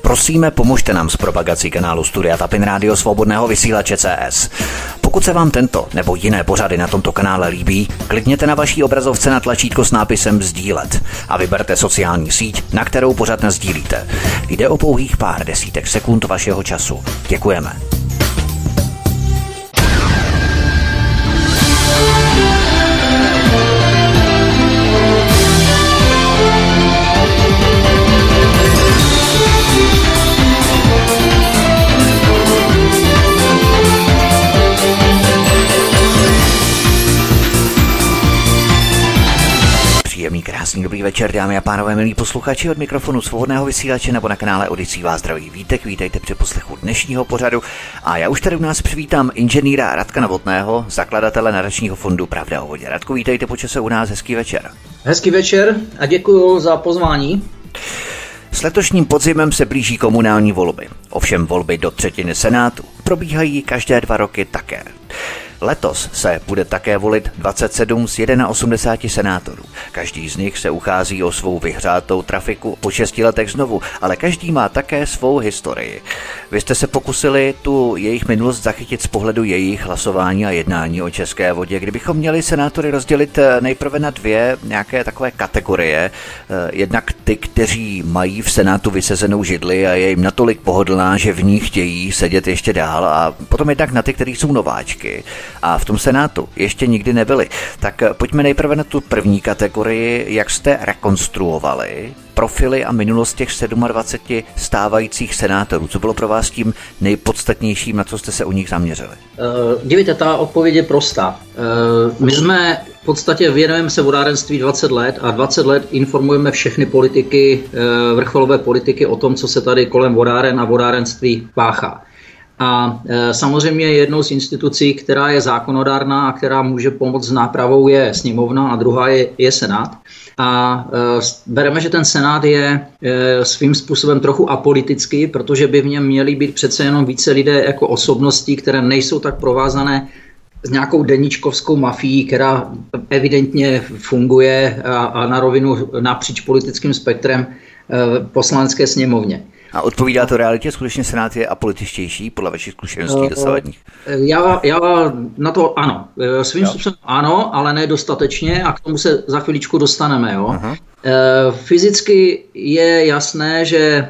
Prosíme, pomožte nám s propagací kanálu Studia Tapin Rádio Svobodného vysílače CS. Pokud se vám tento nebo jiné pořady na tomto kanále líbí, klikněte na vaší obrazovce na tlačítko s nápisem sdílet a vyberte sociální síť, na kterou pořad nasdílíte. Jde o pouhých pár desítek sekund vašeho času. Děkujeme. Příjemný, krásný, dobrý večer, dámy a pánové, milí posluchači, od mikrofonu Svobodného vysílače nebo na kanále Odyssey vás zdraví Vítek, vítejte při poslechu dnešního pořadu a já už tady u nás přivítám inženýra Radka Novotného, zakladatele nadačního fondu Pravda o vodě. Radku, vítejte po čase u nás, hezký večer. Hezký večer a děkuji za pozvání. S letošním podzimem se blíží komunální volby, ovšem volby do třetiny Senátu probíhají každé 2 roky také. Letos se bude také volit 27 z 81 senátorů. Každý z nich se uchází o svou vyhřátou trafiku po 6 letech znovu, ale každý má také svou historii. Vy jste se pokusili tu jejich minulost zachytit z pohledu jejich hlasování a jednání o české vodě. Kdybychom měli senátory rozdělit nejprve na 2 nějaké takové kategorie, jednak ty, kteří mají v Senátu vysezenou židli a je jim natolik pohodlná, že v ní chtějí sedět ještě dál, a potom jednak na ty, kteří jsou nováčky a v tom Senátu ještě nikdy nebyli. Tak pojďme nejprve na tu první kategorii, jak jste rekonstruovali profily a minulost těch 27 stávajících senátorů. Co bylo pro vás tím nejpodstatnějším, na co jste se u nich zaměřili? Dívejte, ta odpověď je prostá. My jsme v podstatě věnujeme se vodárenství 20 let a 20 let informujeme všechny politiky, vrcholové politiky o tom, co se tady kolem vodáren a vodárenství páchá. A samozřejmě jednou z institucí, která je zákonodárná a která může pomoct s nápravou, je sněmovna a druhá je Senát. A bereme, že ten Senát je svým způsobem trochu apolitický, protože by v něm měli být přece jenom více lidé jako osobností, které nejsou tak provázané s nějakou deníčkovskou mafií, která evidentně funguje a na rovinu napříč politickým spektrem v poslanecké sněmovně. A odpovídá to realitě? Skutečně Senát je apolitičtější podle vašich zkušeností dosavadních? Já na to ano. Svým způsobem ano, ale ne dostatečně a k tomu se za chviličku dostaneme. Jo? Fyzicky je jasné, že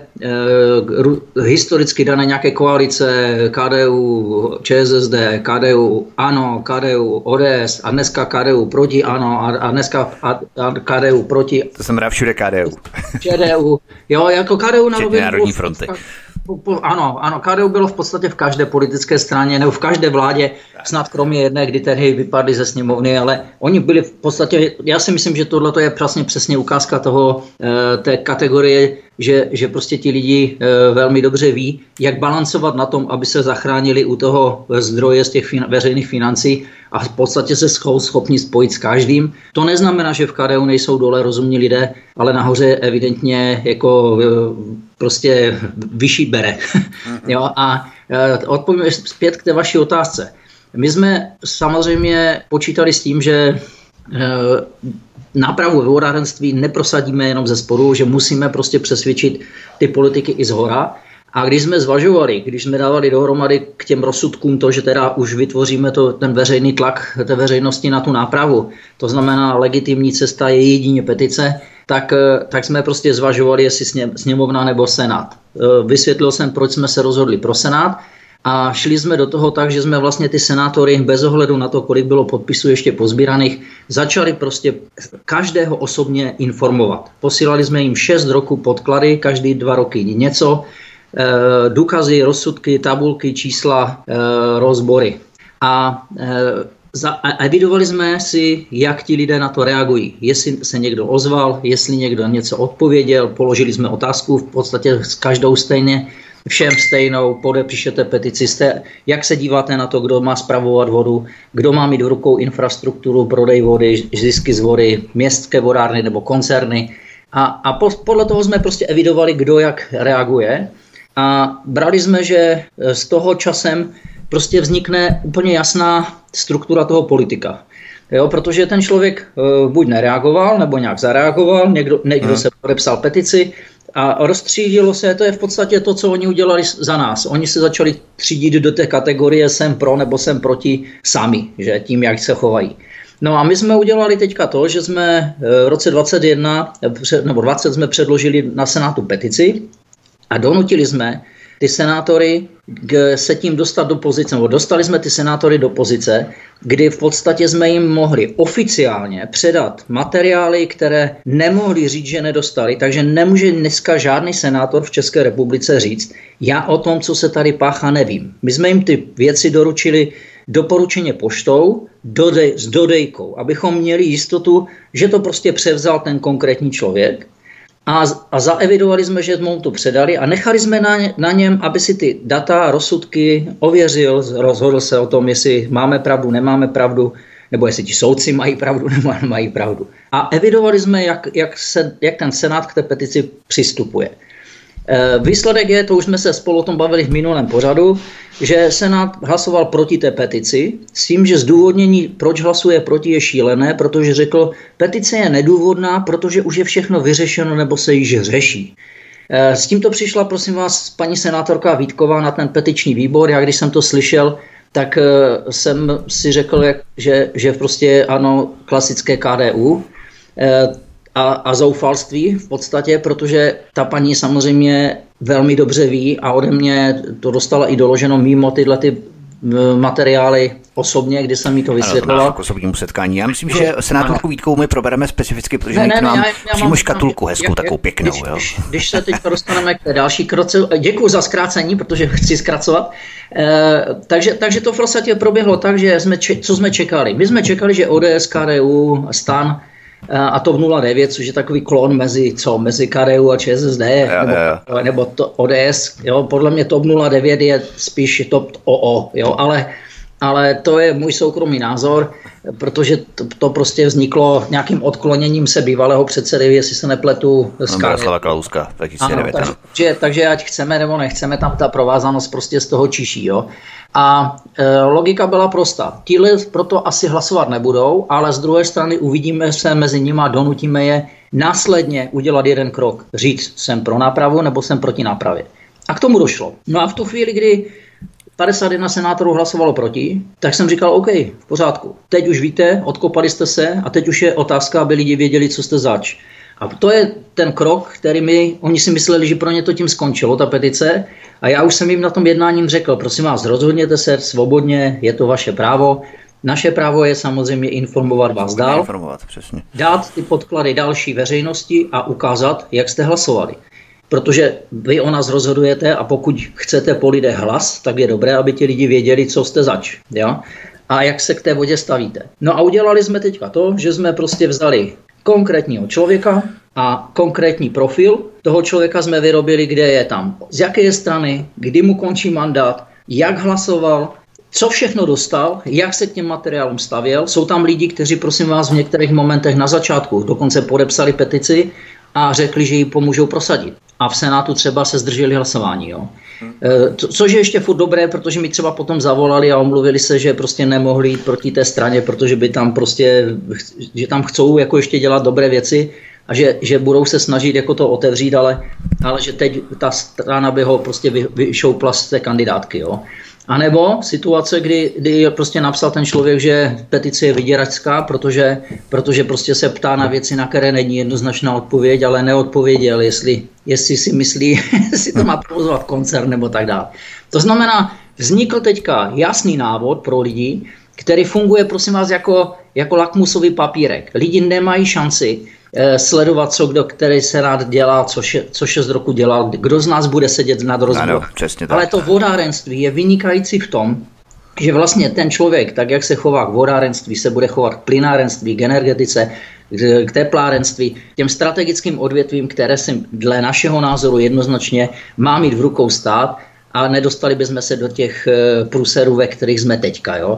historicky dané nějaké koalice KDU, ČSSD, KDU ANO, KDU ODS a dneska KDU proti ANO a dneska KDU proti... To jsem rád všude KDU. ČDU, jo, jako KDU na rovinu... Národní fronty. Ano, KDU bylo v podstatě v každé politické straně nebo v každé vládě, snad kromě jedné, kdy tehdy vypadli ze sněmovny, ale oni byli v podstatě, já si myslím, že tohle je přesně ukázka toho, té kategorie, že prostě ti lidi velmi dobře ví, jak balancovat na tom, aby se zachránili u toho zdroje z těch veřejných financí a v podstatě se schopni spojit s každým. To neznamená, že v KDU nejsou dole rozumní lidé, ale nahoře evidentně jako prostě vyšší bere. Jo, a odpovím zpět k té vaší otázce. My jsme samozřejmě počítali s tím, že nápravu ve vodárenství neprosadíme jenom ze spodu, že musíme prostě přesvědčit ty politiky i zhora. A když jsme zvažovali, když jsme dávali dohromady k těm rozsudkům to, že teda už vytvoříme ten veřejný tlak té veřejnosti na tu nápravu, to znamená legitimní cesta je jedině petice, tak jsme prostě zvažovali, jestli sněmovna nebo Senát. Vysvětlil jsem, proč jsme se rozhodli pro Senát a šli jsme do toho tak, že jsme vlastně ty senátory bez ohledu na to, kolik bylo podpisů ještě pozbíraných, začali prostě každého osobně informovat. Posílali jsme jim 6 roků podklady, každý 2 roky něco, důkazy, rozsudky, tabulky, čísla, rozbory. A evidovali jsme si, jak ti lidé na to reagují. Jestli se někdo ozval, jestli někdo něco odpověděl, položili jsme otázku v podstatě s každou stejně, všem stejnou, podepíšete petici, jak se díváte na to, kdo má spravovat vodu, kdo má mít v rukou infrastrukturu, prodej vody, zisky z vody, městské vodárny nebo koncerny. A podle toho jsme prostě evidovali, kdo jak reaguje. A brali jsme, že z toho časem prostě vznikne úplně jasná struktura toho politika. Jo, protože ten člověk buď nereagoval, nebo nějak zareagoval, někdo se podepsal petici, A rozstřídilo se, to je v podstatě to, co oni udělali za nás. Oni se začali třídit do té kategorie jsem pro nebo jsem proti sami, že tím, jak se chovají. No a my jsme udělali teďka to, že jsme v roce 2021 nebo 20 jsme předložili na Senátu petici a donutili jsme ty senátory se tím dostat do pozice, nebo dostali jsme ty senátory do pozice, kdy v podstatě jsme jim mohli oficiálně předat materiály, které nemohli říct, že nedostali, takže nemůže dneska žádný senátor v České republice říct, já o tom, co se tady páchá, nevím. My jsme jim ty věci doručili doporučeně poštou s dodejkou, abychom měli jistotu, že to prostě převzal ten konkrétní člověk. A zaevidovali jsme, že mu to předali a nechali jsme na něm, aby si ty data a rozsudky ověřil, rozhodl se o tom, jestli máme pravdu, nemáme pravdu, nebo jestli ti soudci mají pravdu, nebo nemají pravdu. A evidovali jsme, jak ten Senát k té petici přistupuje. Výsledek je, to už jsme se spolu o tom bavili v minulém pořadu, že Senát hlasoval proti té petici s tím, že zdůvodnění, proč hlasuje proti, je šílené, protože řekl, petice je nedůvodná, protože už je všechno vyřešeno nebo se již řeší. S tímto přišla, prosím vás, paní senátorka Vítková na ten petiční výbor. Já když jsem to slyšel, tak jsem si řekl, že prostě ano, klasické KDU, a zoufalství v podstatě, protože ta paní samozřejmě velmi dobře ví a ode mě to dostala i doloženo mimo tyhle ty materiály osobně, kdy jsem jí to vysvětloval. K osobnímu setkání. Já myslím, že senátorku Vítkovou my probereme specificky, protože mám přímo škatulku hezkou, takovou pěknou. Když se teď dostaneme k té další kroce, děkuji za zkrácení, protože chci zkracovat. Takže to v podstatě proběhlo tak, že co jsme čekali? My jsme čekali, že ODS, KDU, STAN a TOP 09, což je takový klon mezi KDU a ČSSD, nebo to ODS, jo, podle mě TOP 09 je spíš TOP OO, jo, ale to je můj soukromý názor, protože to prostě vzniklo nějakým odkloněním se bývalého předsedy, jestli se nepletu, z Miroslava Kalouska 2009. Ano, takže ať chceme nebo nechceme, tam ta provázanost prostě z toho čiší, jo. A logika byla prostá. Tíhle proto asi hlasovat nebudou, ale z druhé strany uvidíme se mezi nimi a donutíme je následně udělat jeden krok. Říct, jsem pro nápravu nebo jsem proti nápravě. A k tomu došlo. No a v tu chvíli, kdy 51 senátorů hlasovalo proti, tak jsem říkal, OK, v pořádku. Teď už víte, odkopali jste se a teď už je otázka, aby lidi věděli, co jste zač. A to je ten krok, který oni si mysleli, že pro ně to tím skončilo, ta petice. A já už jsem jim na tom jednáním řekl, prosím vás, rozhodněte se svobodně, je to vaše právo. Naše právo je samozřejmě informovat vás dál, dát ty podklady další veřejnosti a ukázat, jak jste hlasovali. Protože vy o nás rozhodujete a pokud chcete po lidech hlas, tak je dobré, aby ti lidi věděli, co jste zač. Jo? A jak se k té vodě stavíte. No a udělali jsme teďka to, že jsme prostě vzali konkrétního člověka a konkrétní profil toho člověka jsme vyrobili, kde je tam, z jaké je strany, kdy mu končí mandát, jak hlasoval, co všechno dostal, jak se k těm materiálům stavěl. Jsou tam lidi, kteří, prosím vás, v některých momentech na začátku dokonce podepsali petici a řekli, že ji pomůžou prosadit. A v Senátu třeba se zdrželi hlasování. Jo. Což je ještě furt dobré, protože mi třeba potom zavolali a omluvili se, že prostě nemohli jít proti té straně, protože by tam prostě, že tam chcou jako ještě dělat dobré věci a že budou se snažit jako to otevřít, ale že teď ta strana by ho prostě vyšoupla z té kandidátky. Jo. A nebo situace, kdy prostě napsal ten člověk, že petice je vyděračská, protože prostě se ptá na věci, na které není jednoznačná odpověď, ale neodpověděl, jestli si myslí, jestli to má provozovat koncern nebo tak dále. To znamená, vznikl teďka jasný návod pro lidi, který funguje, prosím vás, jako lakmusový papírek. Lidi nemají šanci sledovat, co kdo, který senát dělá, co 6 roku dělal, kdo z nás bude sedět nad rozborem. Ale to vodárenství je vynikající v tom, že vlastně ten člověk, tak jak se chová k vodárenství, se bude chovat k plynárenství, k energetice, k teplárenství, těm strategickým odvětvím, které si dle našeho názoru jednoznačně má mít v rukou stát, a nedostali bychom se do těch průserů, ve kterých jsme teďka. Jo?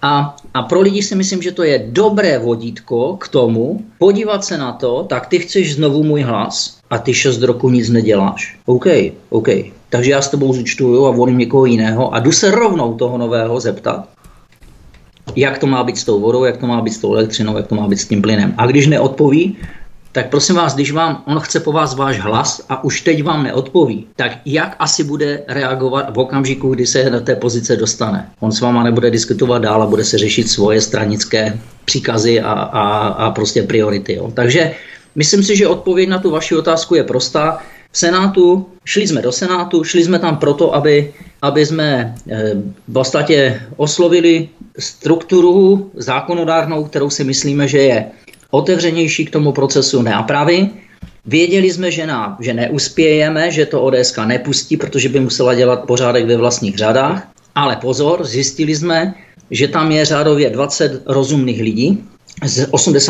A pro lidi si myslím, že to je dobré vodítko k tomu, podívat se na to, tak ty chceš znovu můj hlas a ty 6 roku nic neděláš. OK. Takže já s tebou zúčtuju a volím někoho jiného a jdu se rovnou toho nového zeptat, jak to má být s tou vodou, jak to má být s tou elektřinou, jak to má být s tím plynem. A když neodpoví, tak prosím vás, když on chce po vás váš hlas a už teď vám neodpoví, tak jak asi bude reagovat v okamžiku, kdy se na té pozice dostane? On s váma nebude diskutovat dál a bude se řešit svoje stranické příkazy a prostě priority. Jo. Takže myslím si, že odpověď na tu vaši otázku je prostá. Šli jsme do Senátu, šli jsme tam proto, aby jsme v podstatě oslovili strukturu zákonodárnou, kterou si myslíme, že je otevřenější k tomu procesu nápravy. Věděli jsme, že neuspějeme, že to ODS nepustí, protože by musela dělat pořádek ve vlastních řadách. Ale pozor, zjistili jsme, že tam je řádově 20 rozumných lidí z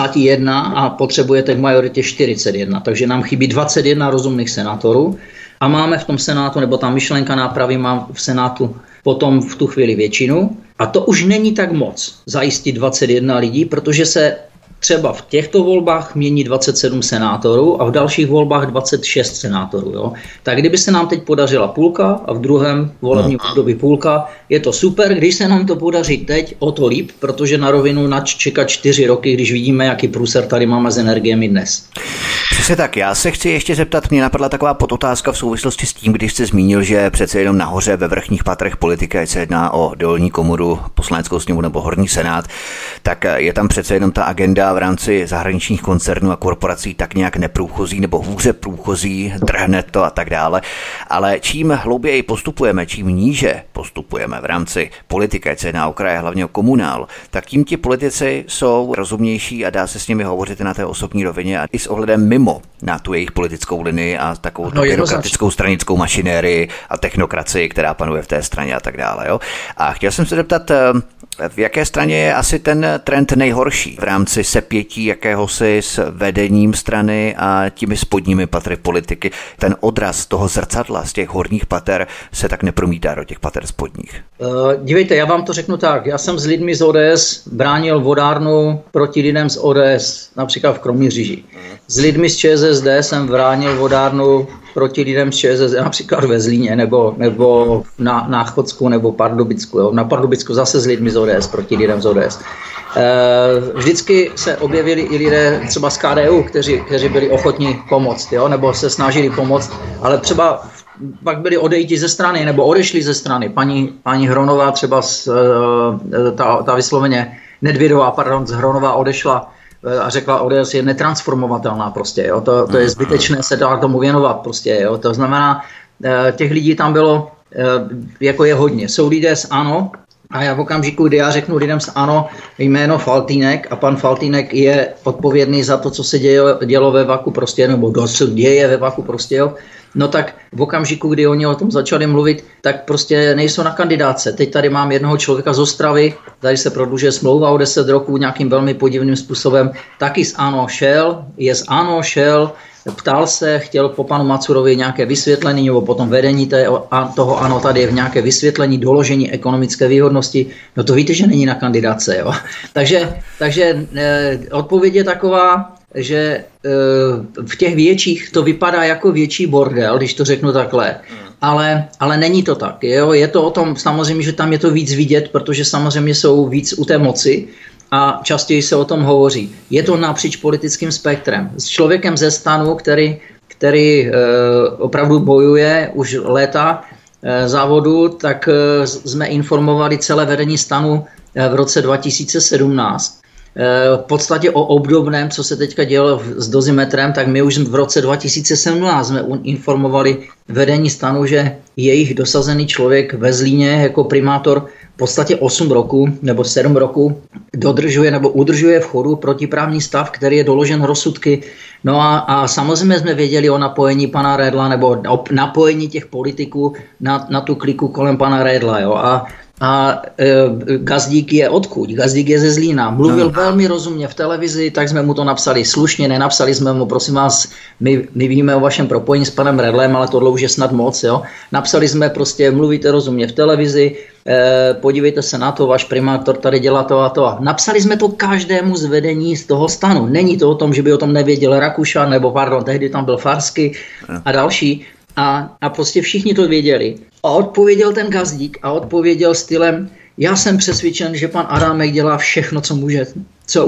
81 a potřebujete v majoritě 41. Takže nám chybí 21 rozumných senátorů a máme v tom Senátu, nebo ta myšlenka nápravy má v Senátu potom v tu chvíli většinu. A to už není tak moc zajistit 21 lidí, protože se třeba v těchto volbách mění 27 senátorů a v dalších volbách 26 senátorů. Jo? Tak kdyby se nám teď podařila půlka a v druhém volebním období půlka, je to super. Když se nám to podaří teď, o to líp, protože na rovinu čekat 4 roky, když vidíme, jaký průser tady máme s energiemi dnes. Přesně tak, já se chci ještě zeptat, mě napadla taková podotázka v souvislosti s tím, když jste zmínil, že přece jenom nahoře ve vrchních patrech politiky, ať se jedná o dolní komoru, poslaneckou sněmovnu nebo horní senát, tak je tam přece jenom ta agenda v rámci zahraničních koncernů a korporací tak nějak neprůchozí nebo hůře průchozí, drhne to a tak dále. Ale čím hlouběji postupujeme, čím níže postupujeme v rámci politiky, ať se jedná o kraje, hlavně o komunál, tak tím ti politici jsou rozumnější a dá se s nimi hovořit na té osobní rovině a i s ohledem mimo na tu jejich politickou linii a takovou byrokratickou stranickou mašinérii a technokracii, která panuje v té straně a tak dále. Jo? A chtěl jsem se zeptat, v jaké straně je asi ten trend nejhorší v rámci sepětí jakéhosi s vedením strany a těmi spodními patry politiky. Ten odraz toho zrcadla z těch horních pater se tak nepromítá do těch pater spodních. Dívejte, já vám to řeknu tak. Já jsem s lidmi z ODS bránil vodárnu proti lidem z ODS, například v Kroměříži. S lidmi z ČSSD jsem bránil vodárnu proti lidem z ČSSD, například ve Zlíně, nebo na Chodsku, nebo Pardubicku. Jo. Na Pardubicku zase s lidmi z ODS, proti lidem z ODS. Vždycky se objevili i lidé třeba z KDU, kteří byli ochotní pomoct, jo, nebo se snažili pomoct, ale třeba pak byli odejti ze strany, nebo odešli ze strany. Paní Hronová třeba, ta vysloveně Nedvědová, z Hronová odešla a řekla, ODS je netransformovatelná prostě, jo, to je zbytečné se dá tomu věnovat prostě, jo, to znamená, těch lidí tam bylo, jako je hodně. Jsou lidé z ANO, a já v okamžiku, kdy já řeknu lidem z ANO jméno Faltýnek a pan Faltýnek je odpovědný za to, co se dělo ve Vaku prostě, nebo dosud děje ve Vaku prostě, jo, no tak v okamžiku, kdy oni o tom začali mluvit, tak prostě nejsou na kandidáce. Teď tady mám jednoho člověka z Ostravy, tady se prodlužuje smlouva o 10 roků nějakým velmi podivným způsobem, taky z ANO šel, ptal se, chtěl po panu Macurovi nějaké vysvětlení, nebo potom vedení toho ANO tady je v nějaké vysvětlení, doložení ekonomické výhodnosti. No to víte, že není na kandidáce. Jo? Takže odpověď je taková, že v těch větších to vypadá jako větší bordel, když to řeknu takhle. Ale není to tak. Jo? Je to o tom, samozřejmě, že tam je to víc vidět, protože samozřejmě jsou víc u té moci, a častěji se o tom hovoří. Je to napříč politickým spektrem. S člověkem ze STANu, který opravdu bojuje už léta závodu, tak jsme informovali celé vedení STANu v roce 2017. V podstatě o obdobném, co se teďka dělo s dozimetrem, tak my už v roce 2017 jsme informovali vedení STANu, že jejich dosazený člověk ve Zlíně jako primátor v podstatě 8 roků nebo 7 roků dodržuje nebo udržuje v chodu protiprávní stav, který je doložen rozsudky. No a samozřejmě jsme věděli o napojení pana Redla nebo o napojení těch politiků na tu kliku kolem pana Redla. Jo. A Gazdík je odkud? Gazdík je ze Zlína. Mluvil velmi rozumně v televizi, tak jsme mu to napsali slušně, nenapsali jsme mu, prosím vás, my víme o vašem propojení s panem Redlem, ale tohle už je snad moc. Jo. Napsali jsme prostě, mluvíte rozumně v televizi, podívejte se na to, váš primátor tady dělá to a to. Napsali jsme to každému z vedení z toho STANu. Není to o tom, že by o tom nevěděl Rakušan, nebo tehdy tam byl Farsky a další. A prostě všichni to věděli. A odpověděl ten Gazdík a odpověděl stylem, já jsem přesvědčen, že pan Adámek dělá všechno, co může, co umí.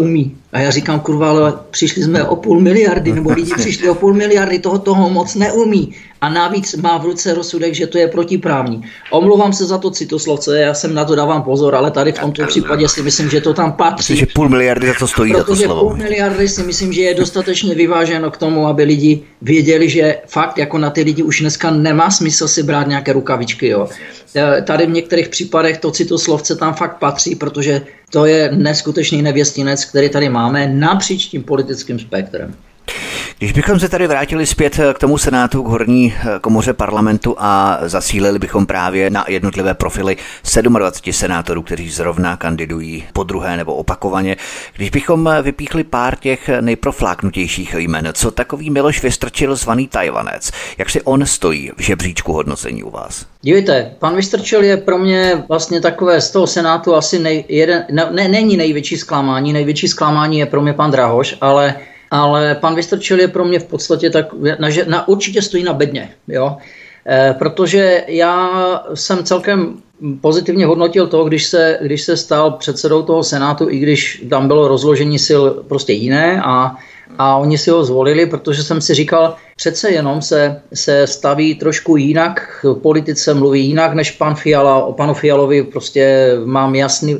A já říkám, kurva, ale přišli jsme o 0,5 miliardy, nebo lidi přišli o 0,5 miliardy, toho moc neumí. A navíc má v ruce rozsudek, že to je protiprávní. Omlouvám se za to citoslovce, já jsem na to dávám pozor, ale tady v tomto případě si myslím, že to tam patří. Myslím, že 0,5 miliardy za to stojí, za to slovo. Protože 0,5 miliardy si myslím, že je dostatečně vyváženo k tomu, aby lidi věděli, že fakt jako na ty lidi už dneska nemá smysl si brát nějaké rukavičky. Jo. Tady v některých případech to citoslovce tam fakt patří, protože to je neskutečný nevěstinec, který tady máme napříč tím politickým spektrem. Když bychom se tady vrátili zpět k tomu Senátu, k horní komoře parlamentu a zasílili bychom právě na jednotlivé profily 27 senátorů, kteří zrovna kandidují podruhé nebo opakovaně. Když bychom vypíchli pár těch nejprofláknutějších jmen, co takový Miloš Vystrčil zvaný Tajvanec, jak si on stojí v žebříčku hodnocení u vás? Dívejte, pan Vystrčil je pro mě vlastně takové z toho Senátu asi není největší zklamání. Největší zklamání je pro mě pan Drahoš, ale pan Vystrčil je pro mě v podstatě tak, určitě stojí na bedně, jo? Protože já jsem celkem pozitivně hodnotil to, když se stal předsedou toho Senátu, i když tam bylo rozložení sil prostě jiné a oni si ho zvolili, protože jsem si říkal, přece jenom se staví trošku jinak, v politice mluví jinak než pan Fiala. O panu Fialovi prostě mám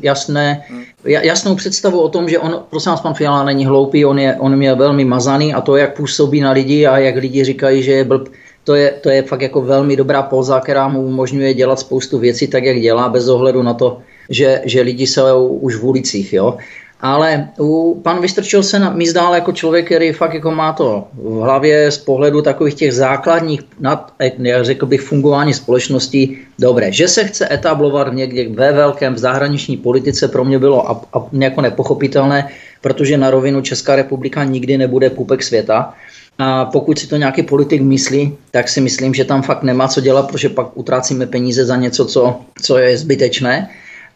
jasnou představu o tom, že on, prosím vás, pan Fiala není hloupý, on je velmi mazaný a to, jak působí na lidi a jak lidi říkají, že je blb, to je fakt jako velmi dobrá póza, která mu umožňuje dělat spoustu věcí tak, jak dělá, bez ohledu na to, že lidi jsou už v ulicích, jo. Ale pan Vystrčil se mi zdál jako člověk, který fakt jako má to v hlavě z pohledu takových těch základních, řekl bych, fungování společnosti dobré. Že se chce etablovat někde ve velkém v zahraniční politice, pro mě bylo jako nepochopitelné, protože na rovinu Česká republika nikdy nebude pupek světa. A pokud si to nějaký politik myslí, tak si myslím, že tam fakt nemá co dělat, protože pak utrácíme peníze za něco, co je zbytečné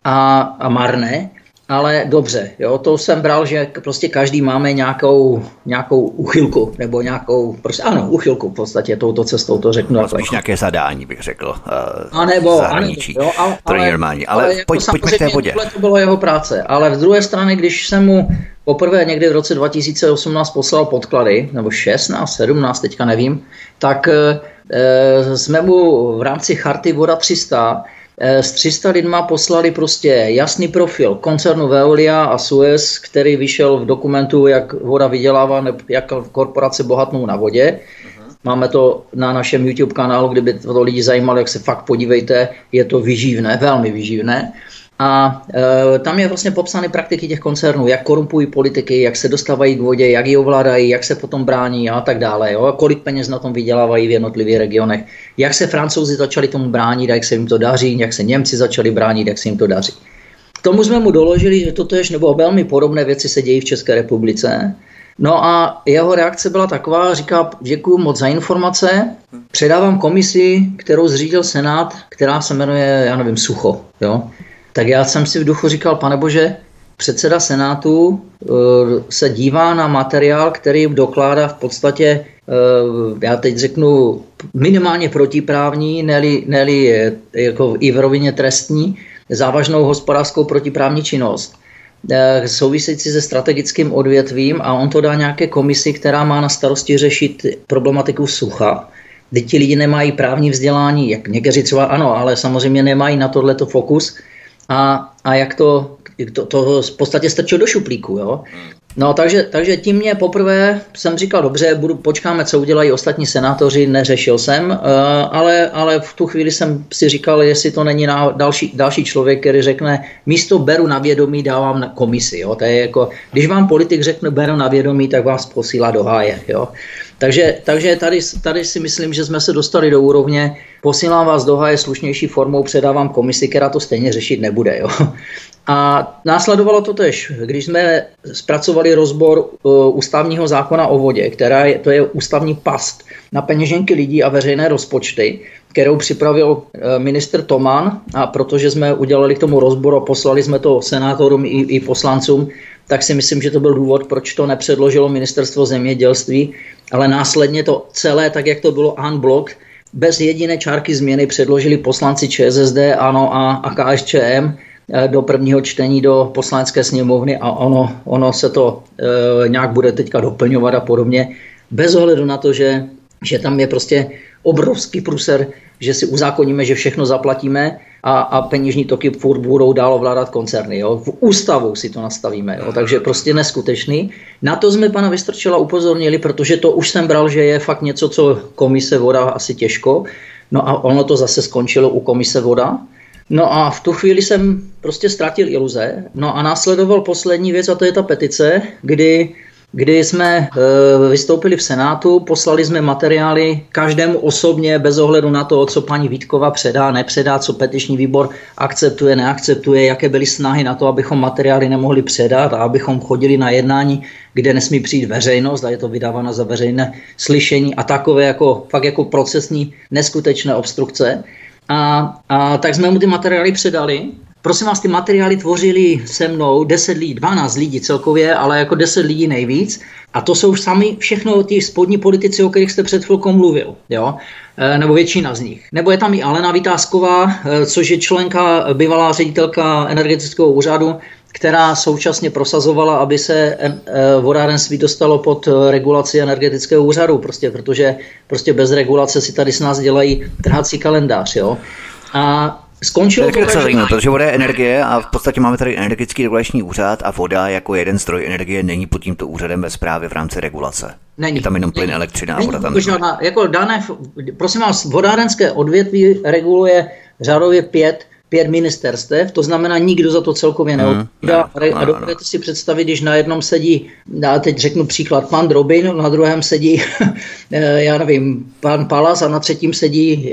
a marné. Ale dobře, jo, to jsem bral, že prostě každý máme nějakou uchylku, nebo nějakou, prostě ano, uchylku v podstatě touto cestou, to řeknu. No, spíš nějaké zadání, bych řekl, zahraničí, jo, to je normální, ale pojďme k té vodě. To bylo jeho práce, ale z druhé strany, když jsem mu poprvé někdy v roce 2018 poslal podklady, nebo 16, 17, teďka nevím, tak jsme mu v rámci charty Voda 300 s 300 lidma poslali prostě jasný profil koncernu Veolia a Suez, který vyšel v dokumentu, jak voda vydělává, jak korporace bohatnou na vodě. Máme to na našem YouTube kanálu, kdyby to lidi zajímalo, jak se fakt podívejte, je to výživné, velmi výživné. A tam je vlastně popsány praktiky těch koncernů, jak korumpují politiky, jak se dostávají k vodě, jak ji ovládají, jak se potom brání a tak dále. Jo? Kolik peněz na tom vydělávají v jednotlivých regionech. Jak se Francouzi začali tomu bránit, jak se jim to daří, jak se Němci začali bránit, jak se jim to daří. K tomu jsme mu doložili, že totéž nebo velmi podobné věci se dějí v České republice. No a jeho reakce byla taková, říká, děkuju moc za informace, předávám komisi, kterou zřídil Senát, která se jmenuje, já nevím, Sucho, jo. Tak já jsem si v duchu říkal, pane bože, předseda Senátu se dívá na materiál, který dokládá v podstatě, já teď řeknu, minimálně protiprávní, ne-li jako i v rovině trestní, závažnou hospodářskou protiprávní činnost, související se strategickým odvětvím a on to dá nějaké komisi, která má na starosti řešit problematiku sucha. Teď ti lidi nemají právní vzdělání, jak někteří třeba ano, ale samozřejmě nemají na tohleto fokus. A jak to v podstatě strčil do šuplíku, jo. No, takže tím mě poprvé jsem říkal, dobře, počkáme, co udělají ostatní senátoři, neřešil jsem, ale v tu chvíli jsem si říkal, jestli to není další člověk, který řekne, místo beru na vědomí, dávám na komisi, jo. To je jako, když vám politik řekne beru na vědomí, tak vás posílá do háje, jo. Takže tady si myslím, že jsme se dostali do úrovně, posílám vás do háje slušnější formou, předávám komisi, která to stejně řešit nebude, jo. A následovalo to tež, když jsme zpracovali rozbor ústavního zákona o vodě, to je ústavní past na peněženky lidí a veřejné rozpočty, kterou připravil ministr Toman, a protože jsme udělali k tomu rozbor a poslali jsme to senátorům i poslancům, tak si myslím, že to byl důvod, proč to nepředložilo ministerstvo zemědělství, ale následně to celé, tak jak to bylo en bloc, bez jediné čárky změny předložili poslanci ČSSD, ANO a KSČM, do prvního čtení do Poslanecké sněmovny a ono se to nějak bude teďka doplňovat a podobně. Bez ohledu na to, že tam je prostě obrovský průser, že si uzákoníme, že všechno zaplatíme a peněžní toky furt budou dál ovládat koncerny. Jo? V ústavu si to nastavíme. Jo? Takže prostě neskutečný. Na to jsme pana Vystrčila upozornili, protože to už jsem bral, že je fakt něco, co komise Voda asi těžko. No a ono to zase skončilo u komise Voda. No a v tu chvíli jsem prostě ztratil iluze. No a následoval poslední věc a to je ta petice, kdy jsme vystoupili v Senátu, poslali jsme materiály každému osobně, bez ohledu na to, co paní Vítková předá, nepředá, co petiční výbor akceptuje, neakceptuje, jaké byly snahy na to, abychom materiály nemohli předat a abychom chodili na jednání, kde nesmí přijít veřejnost a je to vydáváno za veřejné slyšení a takové fakt jako procesní neskutečné obstrukce. A tak jsme mu ty materiály předali. Prosím vás, ty materiály tvořili se mnou 10 lidí, 12 lidí celkově, ale jako 10 lidí nejvíc. A to jsou sami všechno ti spodní politici, o kterých jste před chvilkou mluvil, jo? Nebo většina z nich. Nebo je tam i Alena Vytázková, což je členka, bývalá ředitelka energetického úřadu, která současně prosazovala, aby se vodárenství dostalo pod regulaci energetického úřadu, protože bez regulace si tady s nás dělají trhací kalendář, jo? A skončilo to tak, protože voda je energie a v podstatě máme tady energetický regulační úřad a voda jako jeden zdroj energie není pod tímto úřadem ve správě v rámci regulace. Není. Je tam jenom plyn, elektřina a voda tam. Prosím vás, vodárenské odvětví reguluje řádově 5 ministerstev, to znamená, nikdo za to celkově neodpovídá. A dovedete si představit, když na jednom sedí, já teď řeknu příklad, pan Drobin, na druhém sedí, já nevím, pan Palas a na třetím sedí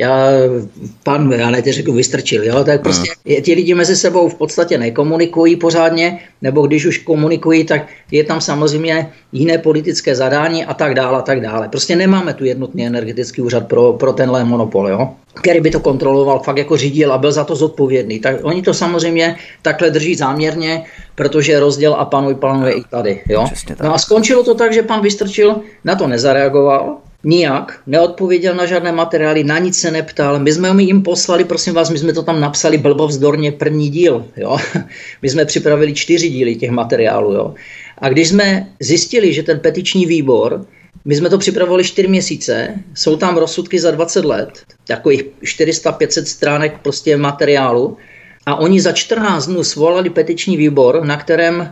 já řeknu Vystrčil. Jo? Tak prostě ti lidi mezi sebou v podstatě nekomunikují pořádně, nebo když už komunikují, tak je tam samozřejmě jiné politické zadání a tak dále, a tak dále. Prostě nemáme tu jednotný energetický úřad pro tenhle monopol, jo? Který by to kontroloval, fakt jako řídil a byl za to zodpovědný. Tak oni to samozřejmě takhle drží záměrně, protože rozděl a panuje i tady. Jo? No a skončilo to tak, že pan Vystrčil na to nezareagoval, nijak, neodpověděl na žádné materiály, na nic se neptal. My jsme jim poslali, prosím vás, my jsme to tam napsali blbovzdorně první díl. Jo? My jsme připravili 4 díly těch materiálů. Jo? A když jsme zjistili, že ten petiční výbor, my jsme to připravovali 4 měsíce, jsou tam rozsudky za 20 let, takových 400-500 stránek prostě materiálu a oni za 14 dnů svolali petiční výbor, na kterém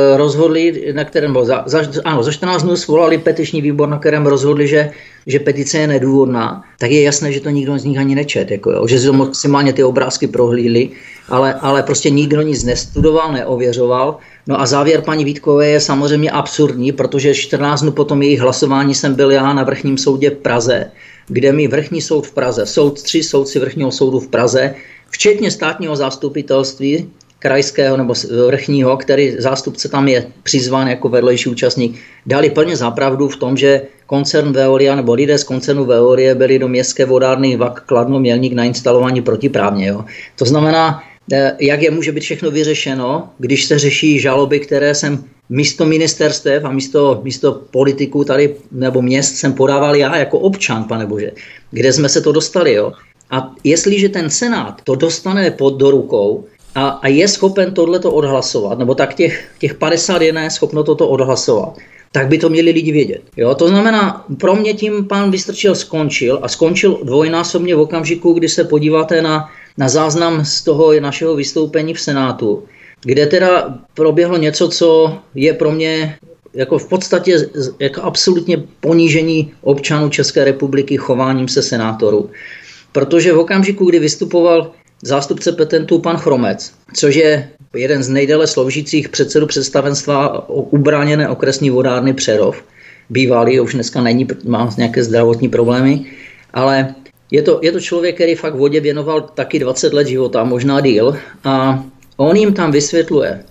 za 14 dnů svolali petiční výbor, na kterém rozhodli, že petice je nedůvodná, tak je jasné, že to nikdo z nich ani nečet, že si to maximálně ty obrázky prohlídli, ale prostě nikdo nic nestudoval, neověřoval. No a závěr paní Vítkové je samozřejmě absurdní, protože 14 dnů potom jejich hlasování jsem byl já na vrchním soudě v Praze, kde mi vrchní soud v Praze, 3 soudci vrchního soudu v Praze, včetně státního zastupitelství krajského nebo vrchního, který zástupce tam je přizván jako vedlejší účastník, dali plně za pravdu v tom, že koncern Veolia nebo lidé z koncernu Veolie byli do městské vodárny VAK Kladno Mělník nainstalováni protiprávně. Jo. To znamená, jak je může být všechno vyřešeno, když se řeší žaloby, které jsem místo ministerstev a místo politiků tady nebo měst jsem podával já jako občan, pane bože, kde jsme se to dostali. Jo. A jestliže ten Senát to dostane do rukou a je schopen tohleto odhlasovat, nebo tak těch 51 je schopno toto odhlasovat, tak by to měli lidi vědět. Jo? To znamená, pro mě tím pan Vystrčil skončil a skončil dvojnásobně v okamžiku, kdy se podíváte na záznam z toho našeho vystoupení v Senátu, kde teda proběhlo něco, co je pro mě jako v podstatě jako absolutně ponížení občanů České republiky chováním se senátorů. Protože v okamžiku, kdy vystupoval zástupce petentů pan Chromec, což je jeden z nejdéle sloužících předsedů představenstva ubráněné okresní vodárny Přerov, bývalý, už dneska není, má nějaké zdravotní problémy, ale je to člověk, který fakt vodě věnoval taky 20 let života, možná díl, a on jim tam vysvětluje,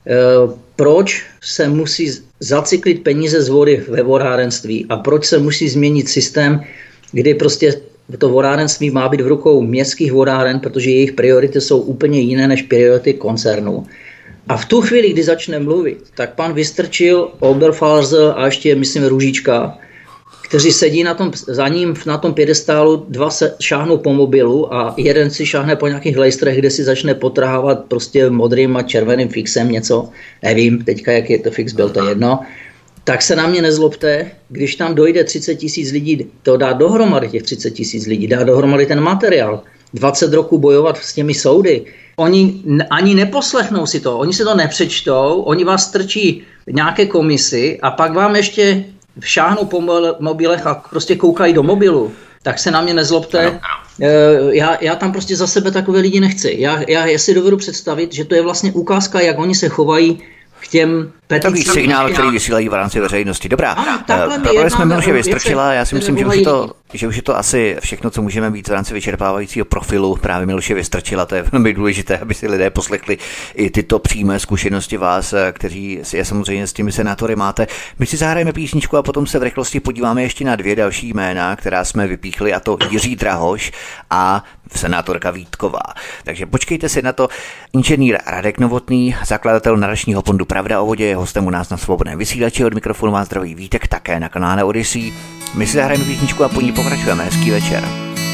proč se musí zacyklit peníze z vody ve vodárenství a proč se musí změnit systém, kdy prostě to vodárenství má být v rukou městských vodáren, protože jejich priority jsou úplně jiné než priority koncernů. A v tu chvíli, kdy začne mluvit, tak pan Vystrčil, Oberfalzer a ještě, myslím, Růžička, kteří sedí za ním na tom piedestálu, dva se šáhnou po mobilu a jeden si šáhne po nějakých lejstrech, kde si začne potrhávat prostě modrým a červeným fixem něco. Nevím, teďka jak je to fix byl, to jedno. Tak se na mě nezlobte, když tam dojde 30 000 lidí, to dá dohromady těch 30 000 lidí, dá dohromady ten materiál. 20 roků bojovat s těmi soudy. Oni ani neposlechnou si to, oni si to nepřečtou, oni vás strčí nějaké komisi a pak vám ještě šáhnou po mobilech a prostě koukají do mobilu. Tak se na mě nezlobte. Já tam prostě za sebe takové lidi nechci. Já si dovedu představit, že to je vlastně ukázka, jak oni se chovají k těm peticím. Takový signál, který vysílají v rámci veřejnosti. Dobrá, probrali jsme Miloše Vystrčila, já si myslím, že už je to asi všechno, co můžeme být v rámci vyčerpávajícího profilu právě Miloše Vystrčila. To je velmi důležité, aby si lidé poslechli i tyto přímé zkušenosti vás, kteří si je samozřejmě s těmi senátory máte. My si zahrajeme písničku a potom se v rychlosti podíváme ještě na 2 další jména, která jsme vypíchli, a to Jiří Drahoš a senátorka Vítková. Takže počkejte si na to. Inženýr Radek Novotný, zakladatel nadačního fondu Pravda o vodě, je hostem u nás na Svobodném vysílači. Od mikrofonu vás zdraví Vítek, také na kanále Odyssey. My si zahrajeme písničku a po ní pokračujeme. Hezký večer.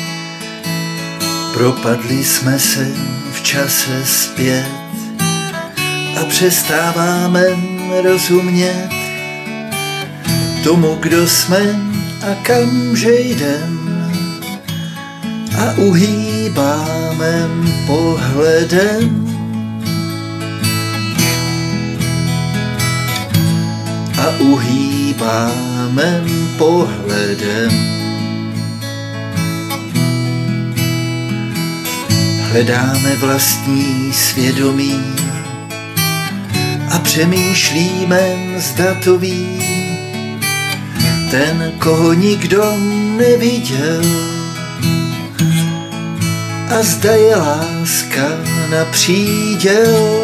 Propadli jsme se v čase zpět a přestáváme rozumět tomu, kdo jsme a kam že jdem, a uhýbáme pohledem pohledem. Hledáme vlastní svědomí a přemýšlíme, zda to ví ten, koho nikdo neviděl, a zda je láska na příděl.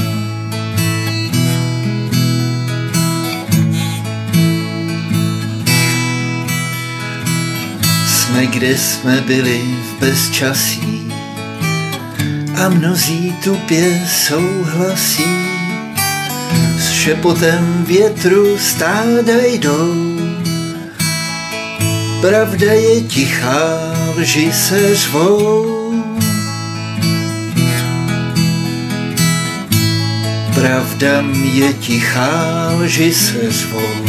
Jsme, kde jsme byli v bezčasí, a mnozí tupě souhlasí. S šepotem větru stáda jdou, pravda je tichá, lži se řvou. Pravda je tichá, lži se řvou.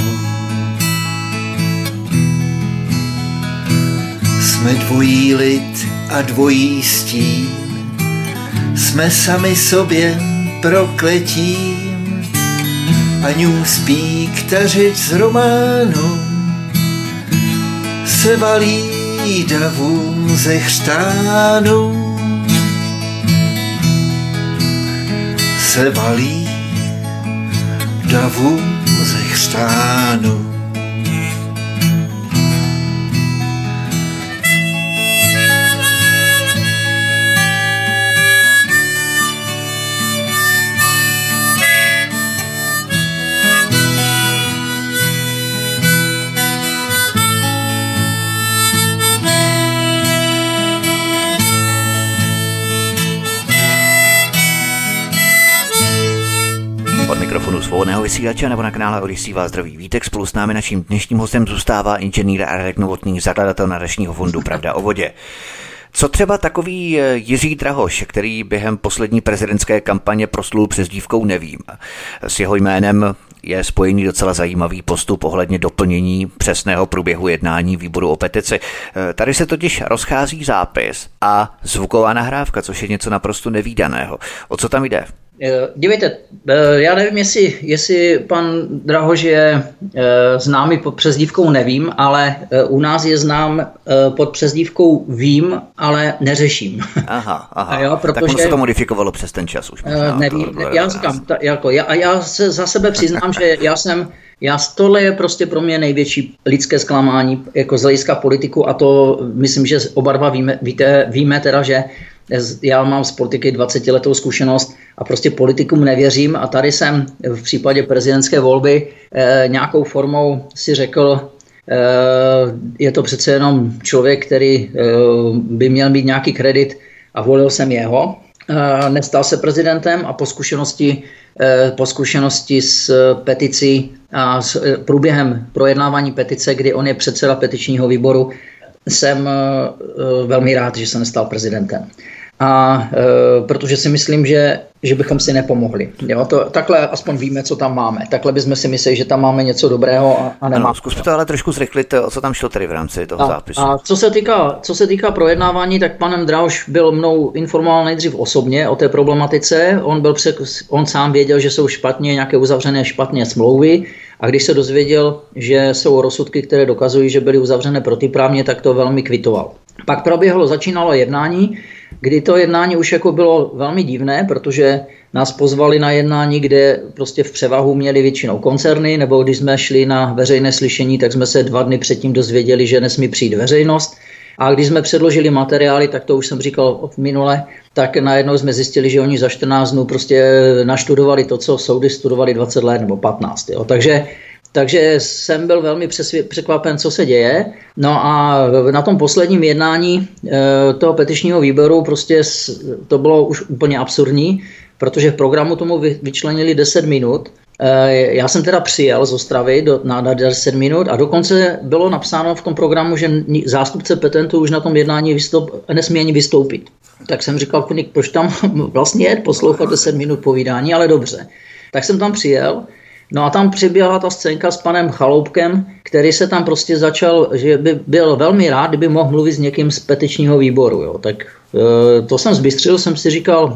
Jsme dvojí lid a dvojí stín, jsme sami sobě prokletím. A newspeak, tařič z románu, se valí davům ze chřtánu. Se valí davům ze chřtánu. Svobodného vysílače nebo na kanále Odyssey vás zdraví Vítek. Spolu s námi naším dnešním hostem zůstává inženýr Radek Novotný, zakladatel nadačního fondu Pravda o vodě. Co třeba takový Jiří Drahoš, který během poslední prezidentské kampaně proslul přezdívkou Nevím. S jeho jménem je spojený docela zajímavý postup ohledně doplnění přesného průběhu jednání výboru o petici. Tady se totiž rozchází zápis a zvuková nahrávka, což je něco naprosto nevídaného. O co tam jde? Dívejte, já nevím, jestli pan Drahoš je známý pod přezdívkou Nevím, ale u nás je znám pod přezdívkou Vím, ale neřeším. Aha. Jo, protože, tak ono se to modifikovalo přes ten čas už. Nevím, já říkám, já se za sebe přiznám, že tohle je prostě pro mě největší lidské zklamání jako z hlediska politiku, a to myslím, že oba dva víme teda, že já mám z politiky 20letou zkušenost a prostě politikům nevěřím, a tady jsem v případě prezidentské volby nějakou formou si řekl, je to přece jenom člověk, který by měl mít nějaký kredit, a volil jsem jeho. nestal se prezidentem a po zkušenosti s peticí a s průběhem projednávání petice, kdy on je předseda petičního výboru, jsem velmi rád, že se nestal prezidentem. A protože si myslím, že bychom si nepomohli. Jo? Takhle aspoň víme, co tam máme. Takhle bychom si mysleli, že tam máme něco dobrého a nemáme. Ano, zkus to ale trošku zrychlit, o co tam šlo tady v rámci toho zápisu. A co se týká projednávání, tak panem Drahoš byl mnou informoval nejdřív osobně o té problematice. On sám věděl, že jsou nějaké uzavřené špatně smlouvy, a když se dozvěděl, že jsou rozsudky, které dokazují, že byly uzavřené protiprávně, tak to velmi kvitoval. Pak začínalo jednání, kdy to jednání už jako bylo velmi divné, protože nás pozvali na jednání, kde prostě v převahu měli většinou koncerny, nebo když jsme šli na veřejné slyšení, tak jsme se 2 dny předtím dozvěděli, že nesmí přijít veřejnost. A když jsme předložili materiály, tak to už jsem říkal minule, tak najednou jsme zjistili, že oni za 14 dnů prostě naštudovali to, co soudy studovali 20 let nebo 15. Jo. Takže jsem byl velmi překvapen, co se děje. No a na tom posledním jednání toho petičního výboru prostě to bylo už úplně absurdní, protože v programu tomu vyčlenili 10 minut. Já jsem teda přijel z Ostravy na 10 minut a dokonce bylo napsáno v tom programu, že zástupce petentů už na tom jednání nesmí ani vystoupit. Tak jsem říkal, proč tam vlastně jet poslouchat 10 minut povídání, ale dobře. Tak jsem tam přijel. No a tam přiběhla ta scénka s panem Chaloupkem, který se tam prostě začal, že by byl velmi rád, kdyby mohl mluvit s někým z petičního výboru. Jo. Tak to jsem zbystřil, jsem si říkal,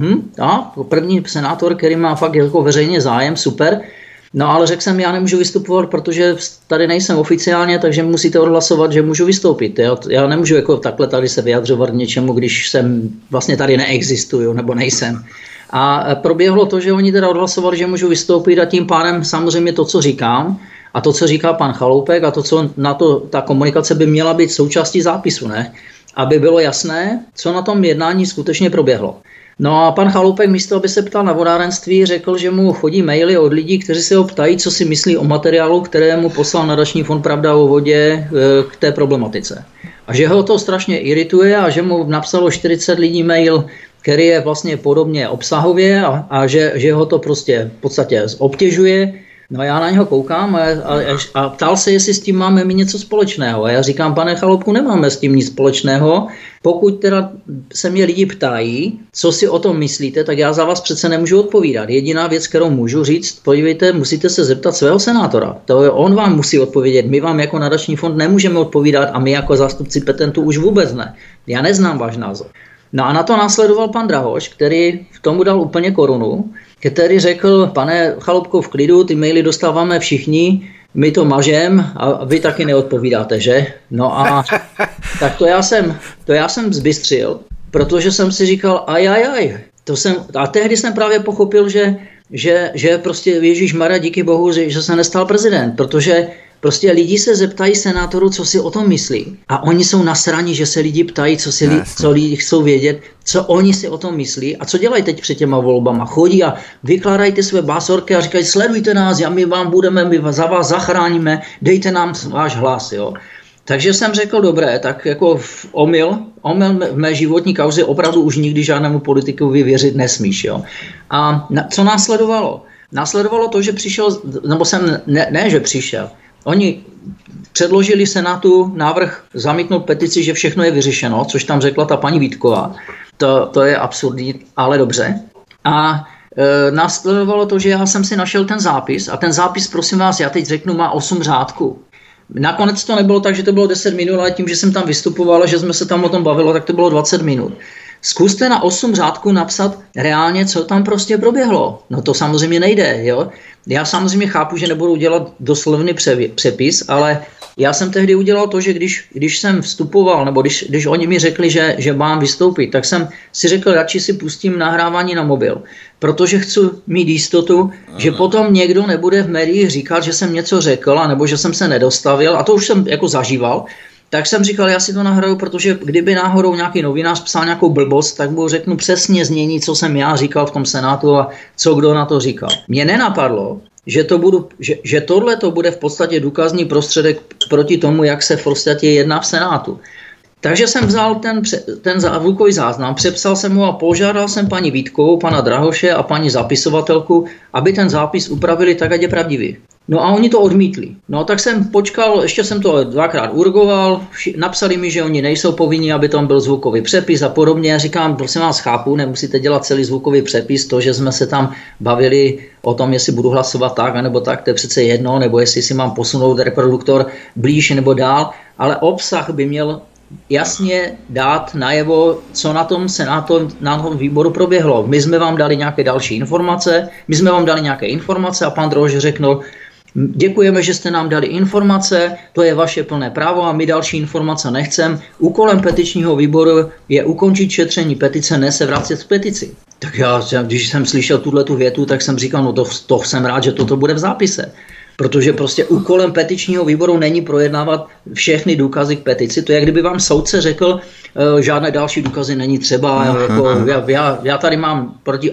první senátor, který má fakt jako veřejně zájem, super. No ale řekl jsem, já nemůžu vystupovat, protože tady nejsem oficiálně, takže musíte odhlasovat, že můžu vystoupit. Já nemůžu jako takhle tady se vyjadřovat k něčemu, když jsem vlastně tady neexistuju nebo nejsem. A proběhlo to, že oni teda odhlasovali, že můžu vystoupit a tím pádem samozřejmě to, co říkám a to, co říká pan Chaloupek a to, co na to, ta komunikace by měla být součástí zápisu, ne? Aby bylo jasné, co na tom jednání skutečně proběhlo. No a pan Chaloupek místo, aby se ptal na vodárenství, řekl, že mu chodí maily od lidí, kteří se ho ptají, co si myslí o materiálu, které mu poslal Nadační fond Pravda o vodě k té problematice. A že ho to strašně irituje a že mu napsalo 40 lidí mail, který je vlastně podobně obsahově a že ho to prostě v podstatě obtěžuje. No a já na něho koukám a ptal se, jestli s tím máme my něco společného. A já říkám, pane Chaloupku, nemáme s tím nic společného. Pokud teda se mě lidi ptají, co si o tom myslíte, tak já za vás přece nemůžu odpovídat. Jediná věc, kterou můžu říct, podívejte, musíte se zeptat svého senátora. To je, on vám musí odpovědět. My vám jako nadační fond nemůžeme odpovídat a my jako zástupci petentů už vůbec ne. Já neznám váš názor. No a na to následoval pan Drahoš, který v tomu dal úplně korunu, který řekl, pane Chaloupko, v klidu, ty maily dostáváme všichni, my to mažem a vy taky neodpovídáte, že? No a tak to já jsem zbystřil, protože jsem si říkal, a tehdy jsem právě pochopil, že prostě Ježíšmarja, díky bohu, že se nestal prezident, protože prostě lidi se zeptají senátorů, co si o tom myslí. A oni jsou nasraní, že se lidi ptají, co lidi chcou vědět, co oni si o tom myslí a co dělají teď před těma volbama. Chodí a vykládají ty své básorky a říkají, sledujte nás, my za vás zachráníme, dejte nám váš hlas. Jo. Takže jsem řekl, dobré, tak jako omyl v mé životní kauze opravdu už nikdy žádnému politikovi věřit nesmíš. Jo. A co následovalo? Následovalo to, že přišel, nebo jsem, ne že přišel, oni předložili Senátu návrh zamítnout petici, že všechno je vyřešeno, což tam řekla ta paní Vítková. To je absurdní, ale dobře. A následovalo to, že já jsem si našel ten zápis a ten zápis, prosím vás, já teď řeknu, má 8 řádků. Nakonec to nebylo tak, že to bylo 10 minut, ale tím, že jsem tam vystupoval a že jsme se tam o tom bavili, tak to bylo 20 minut. Zkuste na 8 řádků napsat reálně, co tam prostě proběhlo. No to samozřejmě nejde, jo. Já samozřejmě chápu, že nebudu dělat doslovný přepis, ale já jsem tehdy udělal to, že když jsem vstupoval, nebo když oni mi řekli, že mám vystoupit, tak jsem si řekl, radši si pustím nahrávání na mobil, protože chci mít jistotu, že potom někdo nebude v médiích říkat, že jsem něco řekl, nebo že jsem se nedostavil, a to už jsem jako zažíval. Tak jsem říkal, já si to nahraju, protože kdyby náhodou nějaký novinář psal nějakou blbost, tak mu řeknu přesně znění, co jsem já říkal v tom Senátu a co kdo na to říkal. Mně nenapadlo, že tohle to bude v podstatě důkazní prostředek proti tomu, jak se v podstatě jedná v Senátu. Takže jsem vzal ten zvukový záznam, přepsal jsem ho a požádal jsem paní Vítkovou, pana Drahoše a paní zapisovatelku, aby ten zápis upravili tak, ať je pravdivý. No a oni to odmítli. No tak jsem počkal, ještě jsem to 2krát urgoval, napsali mi, že oni nejsou povinni, aby tam byl zvukový přepis a podobně. Já říkám, prosím vás, chápu, nemusíte dělat celý zvukový přepis, to, že jsme se tam bavili o tom, jestli budu hlasovat tak, anebo tak, to je přece jedno, nebo jestli si mám posunout reproduktor blíž nebo dál, ale obsah by měl jasně dát najevo, co na tom Senátu, na tom výboru proběhlo. My jsme vám dali nějaké další informace, a pan Drož řekl, děkujeme, že jste nám dali informace, to je vaše plné právo a my další informace nechcem. Úkolem petičního výboru je ukončit šetření petice, ne se vracet k petici. Tak já, když jsem slyšel tuhletu větu, tak jsem říkal, no to jsem rád, že toto bude v zápise. Protože prostě úkolem petičního výboru není projednávat všechny důkazy k petici. To je, kdyby vám soudce řekl, žádné další důkazy není třeba. Já tady mám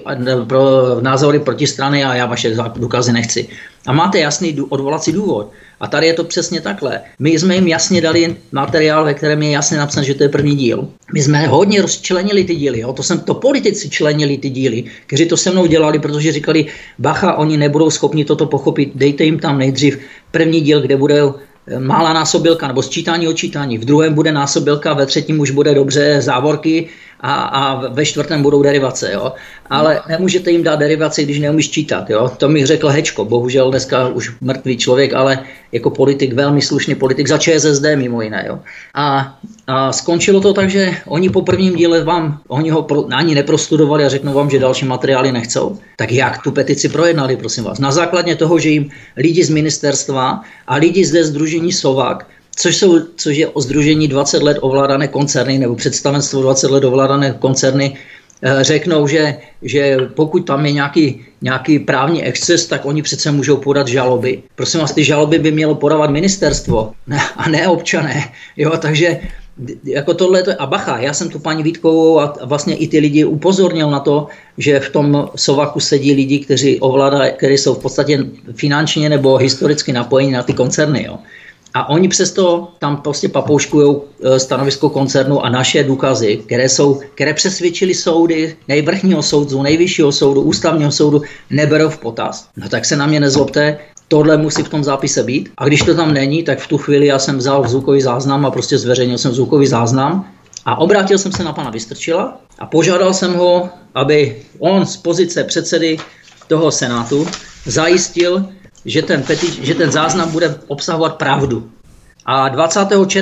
názory protistrany a já vaše důkazy nechci. A máte jasný odvolací důvod. A tady je to přesně takhle. My jsme jim jasně dali materiál, ve kterém je jasně napsáno, že to je první díl. My jsme hodně rozčlenili ty díly. Jo? To politici členili ty díly, kteří to se mnou dělali, protože říkali, bacha, oni nebudou schopni toto pochopit, dejte jim tam nejdřív první díl, kde bude malá násobilka nebo sčítání odčítání, v druhém bude násobilka, ve třetím už bude dobře závorky a ve čtvrtém budou derivace. Jo? Ale nemůžete jim dát derivaci, když neumíš čítat. Jo? To mi řekl Hečko, bohužel dneska už mrtvý člověk, ale jako politik, velmi slušný politik za ČSSD mimo jiné. Jo? A skončilo to tak, že oni po prvním díle oni ho ani neprostudovali a řeknou vám, že další materiály nechcou. Tak jak tu petici projednali, prosím vás? Na základě toho, že jim lidi z ministerstva a lidi zde sdružení Sovak, což je o sdružení 20 let ovládané koncerny nebo představenstvo 20 let ovládané koncerny, řeknou, že pokud tam je nějaký právní exces, tak oni přece můžou podat žaloby. Prosím vás, ty žaloby by mělo podávat ministerstvo a ne občané. Jo, takže jako tohle a bacha, já jsem tu paní Vítkovou a vlastně i ty lidi upozornil na to, že v tom Sovaku sedí lidi, kteří jsou v podstatě finančně nebo historicky napojeni na ty koncerny. Jo. A oni přesto tam prostě papouškují stanovisko koncernu a naše důkazy, které přesvědčili soudy, nejvrchního soudzu, nejvyššího soudu, ústavního soudu, neberou v potaz. No tak se na mě nezlobte, tohle musí v tom zápise být. A když to tam není, tak v tu chvíli já jsem vzal zvukový záznam a prostě zveřejnil jsem zvukový záznam a obrátil jsem se na pana Vystrčila a požádal jsem ho, aby on z pozice předsedy toho Senátu zajistil, že ten záznam bude obsahovat pravdu. A 20.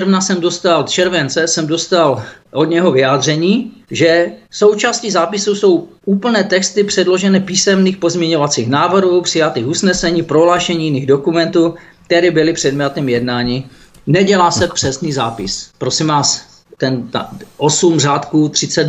července jsem dostal od něho vyjádření, že součástí zápisu jsou úplné texty předložené písemných pozměňovacích návrhů, přijatých usnesení, prohlášení jiných dokumentů, které byly předmětem jednání. Nedělá se přesný zápis. Prosím vás, 8 řádků,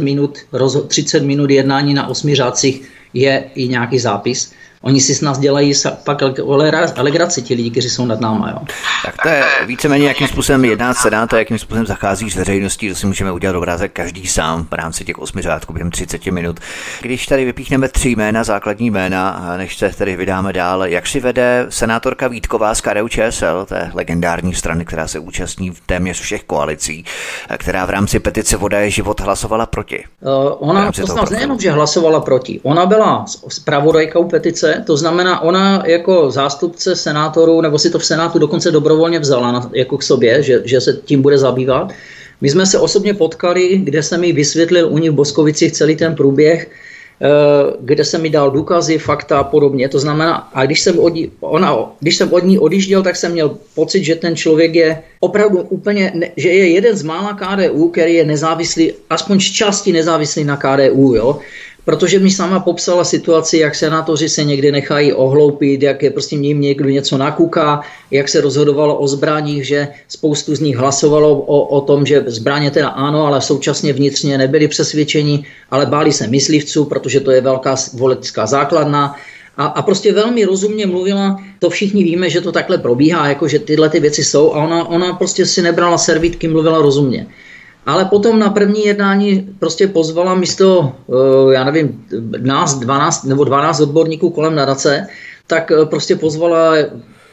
30 minut jednání na 8 řádcích je i nějaký zápis. Oni si s nás dělají pak alegraci, ti lidi, kteří jsou nad náma. Jo. Tak to je víceméně, jakým způsobem jedná Senát a jakým způsobem zachází s veřejností, to si můžeme udělat obrázek každý sám v rámci těch 8 řádků během 30 minut. Když tady vypíchneme 3 jména, základní jména, než se tady vydáme dál, jak si vede senátorka Vítková z KDU-ČSL, té legendární strany, která se účastní v téměř všech koalicí, která v rámci petice Voda je život hlasovala proti. Ona nejenom, že hlasovala proti, ona byla zpravodajkou petice. To znamená, ona jako zástupce senátorů, nebo si to v Senátu dokonce dobrovolně vzala jako k sobě, že se tím bude zabývat. My jsme se osobně potkali, kde jsem jí vysvětlil u ní v Boskovicích celý ten průběh, kde jsem mi dal důkazy, fakta a podobně. To znamená, a když jsem od ní odjížděl, tak jsem měl pocit, že ten člověk je opravdu úplně, že je jeden z mála KDU, který je nezávislý, aspoň z části nezávislý na KDU, jo. Protože mi sama popsala situaci, jak senátoři se někdy nechají ohloupit, jak je prostě jim někdo něco nakuká, jak se rozhodovalo o zbraních, že spoustu z nich hlasovalo o tom, že zbraně teda ano, ale současně vnitřně nebyli přesvědčeni, ale báli se myslivců, protože to je velká politická základna. A prostě velmi rozumně mluvila, to všichni víme, že to takhle probíhá, jako že tyhle ty věci jsou a ona prostě si nebrala servítky, mluvila rozumně. Ale potom na první jednání prostě pozvala místo, já nevím, nás 12 odborníků kolem nadace, tak prostě pozvala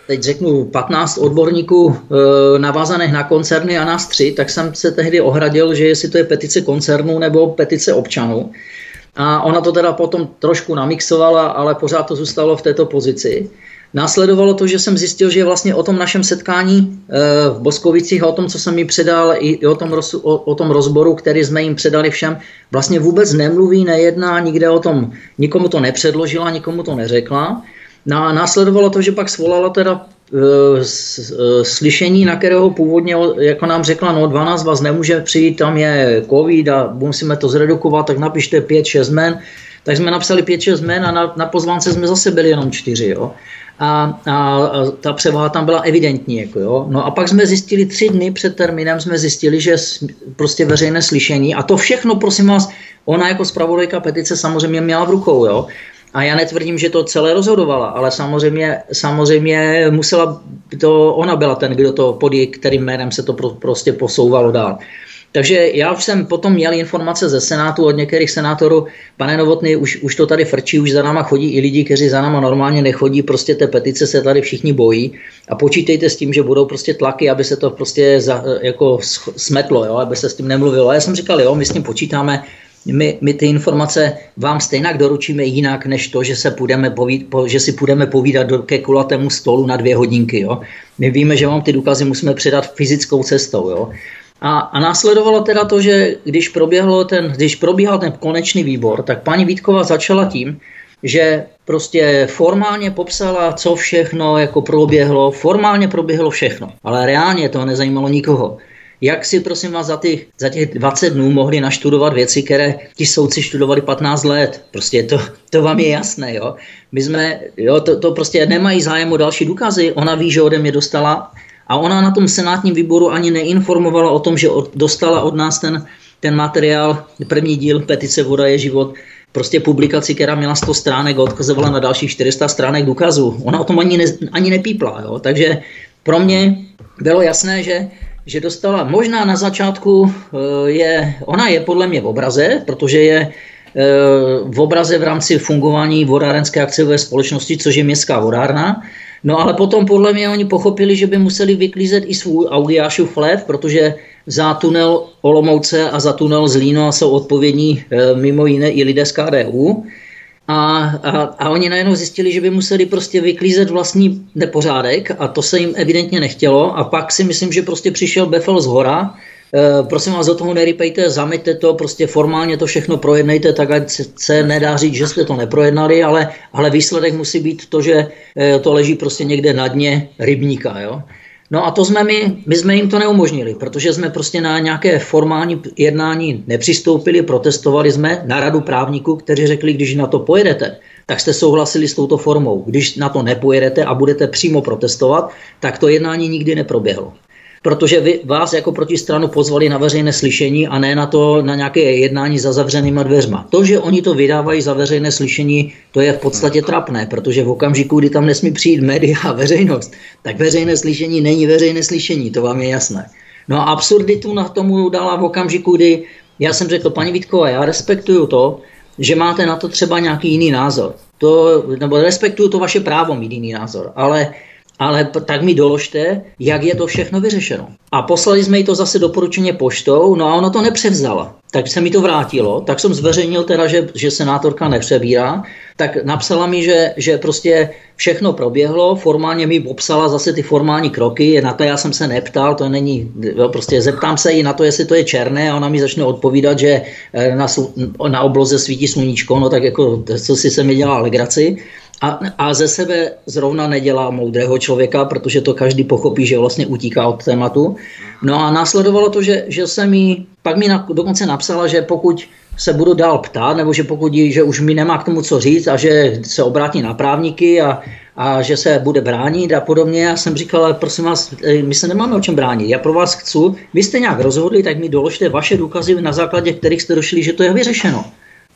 teď řeknu 15 odborníků navázaných na koncerny a nás 3, tak jsem se tehdy ohradil, že jestli to je petice koncernů nebo petice občanů. A ona to teda potom trošku namixovala, ale pořád to zůstalo v této pozici. Následovalo to, že jsem zjistil, že vlastně o tom našem setkání v Boskovicích a o tom, co jsem mi předal, i o tom rozboru, který jsme jim předali všem, vlastně vůbec nemluví, nejedná, nikde o tom, nikomu to nepředložila, nikomu to neřekla. No, následovalo to, že pak svolala teda slyšení, na kterého původně, jako nám řekla, no 12 vás nemůže přijít, tam je covid a musíme to zredukovat, tak napište 5-6 jmen. Tak jsme napsali 5-6 jmen a na pozvánce jsme zase byli jenom 4, jo. A ta převaha tam byla evidentní. Jako jo. No a pak jsme zjistili 3 dny před termínem, jsme zjistili, že prostě veřejné slyšení a to všechno, prosím vás, ona jako zpravodajka petice samozřejmě měla v rukou. Jo. A já netvrdím, že to celé rozhodovala, ale samozřejmě musela, ona byla ten, kdo to pod kterým jménem se to prostě posouvalo dál. Takže já už jsem potom měl informace ze Senátu od některých senátorů, pane Novotný, už to tady frčí, už za náma chodí i lidi, kteří za náma normálně nechodí, prostě té petice se tady všichni bojí a počítejte s tím, že budou prostě tlaky, aby se to prostě jako smetlo, jo, aby se s tím nemluvilo. A já jsem říkal, jo, my s tím počítáme, my ty informace vám stejně doručíme jinak, než to, že si půjdeme povídat ke kulatému stolu na 2 hodinky. Jo. My víme, že vám ty důkazy musíme předat fyzickou cestou. Jo. A následovalo teda to, že když probíhal ten konečný výbor, tak paní Vítková začala tím, že prostě formálně popsala, co všechno jako proběhlo, formálně proběhlo všechno, ale reálně to nezajímalo nikoho. Jak si, prosím vás, za těch 20 dnů mohli naštudovat věci, které ti soudci študovali 15 let. Prostě to vám je jasné, jo. To prostě nemají zájem o další důkazy, ona ví, že ode mě dostala a ona na tom senátním výboru ani neinformovala o tom, že dostala od nás ten materiál, první díl petice Voda je život, prostě publikaci, která měla 100 stránek a odkazovala na dalších 400 stránek důkazů. Ona o tom ani nepípla, jo. Takže pro mě bylo jasné, že dostala, možná na začátku ona je podle mě v obraze, protože je v obraze v rámci fungování vodárenské akciové společnosti, což je městská vodárna. No ale potom podle mě oni pochopili, že by museli vyklízet i svůj Augiášův chlév, protože za tunel Olomouce a za tunel Zlíno jsou odpovědní mimo jiné i lidé z KDU. A oni najednou zjistili, že by museli prostě vyklízet vlastní nepořádek a to se jim evidentně nechtělo a pak si myslím, že prostě přišel befel z hora. Prosím vás, do toho nerypejte, zameťte to, prostě formálně to všechno projednejte, tak ať se nedá říct, že jste to neprojednali, ale výsledek musí být to, že to leží prostě někde na dně rybníka, jo. No a to my jsme jim to neumožnili, protože jsme prostě na nějaké formální jednání nepřistoupili, protestovali jsme na radu právníků, kteří řekli, když na to pojedete, tak jste souhlasili s touto formou. Když na to nepojedete a budete přímo protestovat, tak to jednání nikdy neproběhlo. Protože vás jako protistranu pozvali na veřejné slyšení a ne na nějaké jednání za zavřenýma dveřma. To, že oni to vydávají za veřejné slyšení, to je v podstatě trapné, protože v okamžiku, kdy tam nesmí přijít média a veřejnost, tak veřejné slyšení není veřejné slyšení, to vám je jasné. No a absurditu na tomu dala v okamžiku, kdy já jsem řekl, paní Vítková, já respektuju to, že máte na to třeba nějaký jiný názor. Nebo respektuju to vaše právo mít jiný názor, ale tak mi doložte, jak je to všechno vyřešeno. A poslali jsme jí to zase doporučeně poštou, no a ona to nepřevzala. Tak se mi to vrátilo, tak jsem zveřejnil teda, že senátorka nepřebírá, tak napsala mi, že prostě všechno proběhlo, formálně mi popsala zase ty formální kroky, na to já jsem se neptal, to není, prostě zeptám se jí na to, jestli to je černé a ona mi začne odpovídat, že na obloze svítí sluníčko, no tak jako, co si se mi dělá legraci. A ze sebe zrovna nedělá moudrého člověka, protože to každý pochopí, že vlastně utíká od tématu. No a následovalo to, že pak mi dokonce napsala, že pokud se budu dál ptát, nebo že už mi nemá k tomu co říct a že se obrátí na právníky a že se bude bránit a podobně. Já jsem říkal, ale prosím vás, my se nemáme o čem bránit. Já pro vás chci, vy jste nějak rozhodli, tak mi doložte vaše důkazy, na základě kterých jste došli, že to je vyřešeno.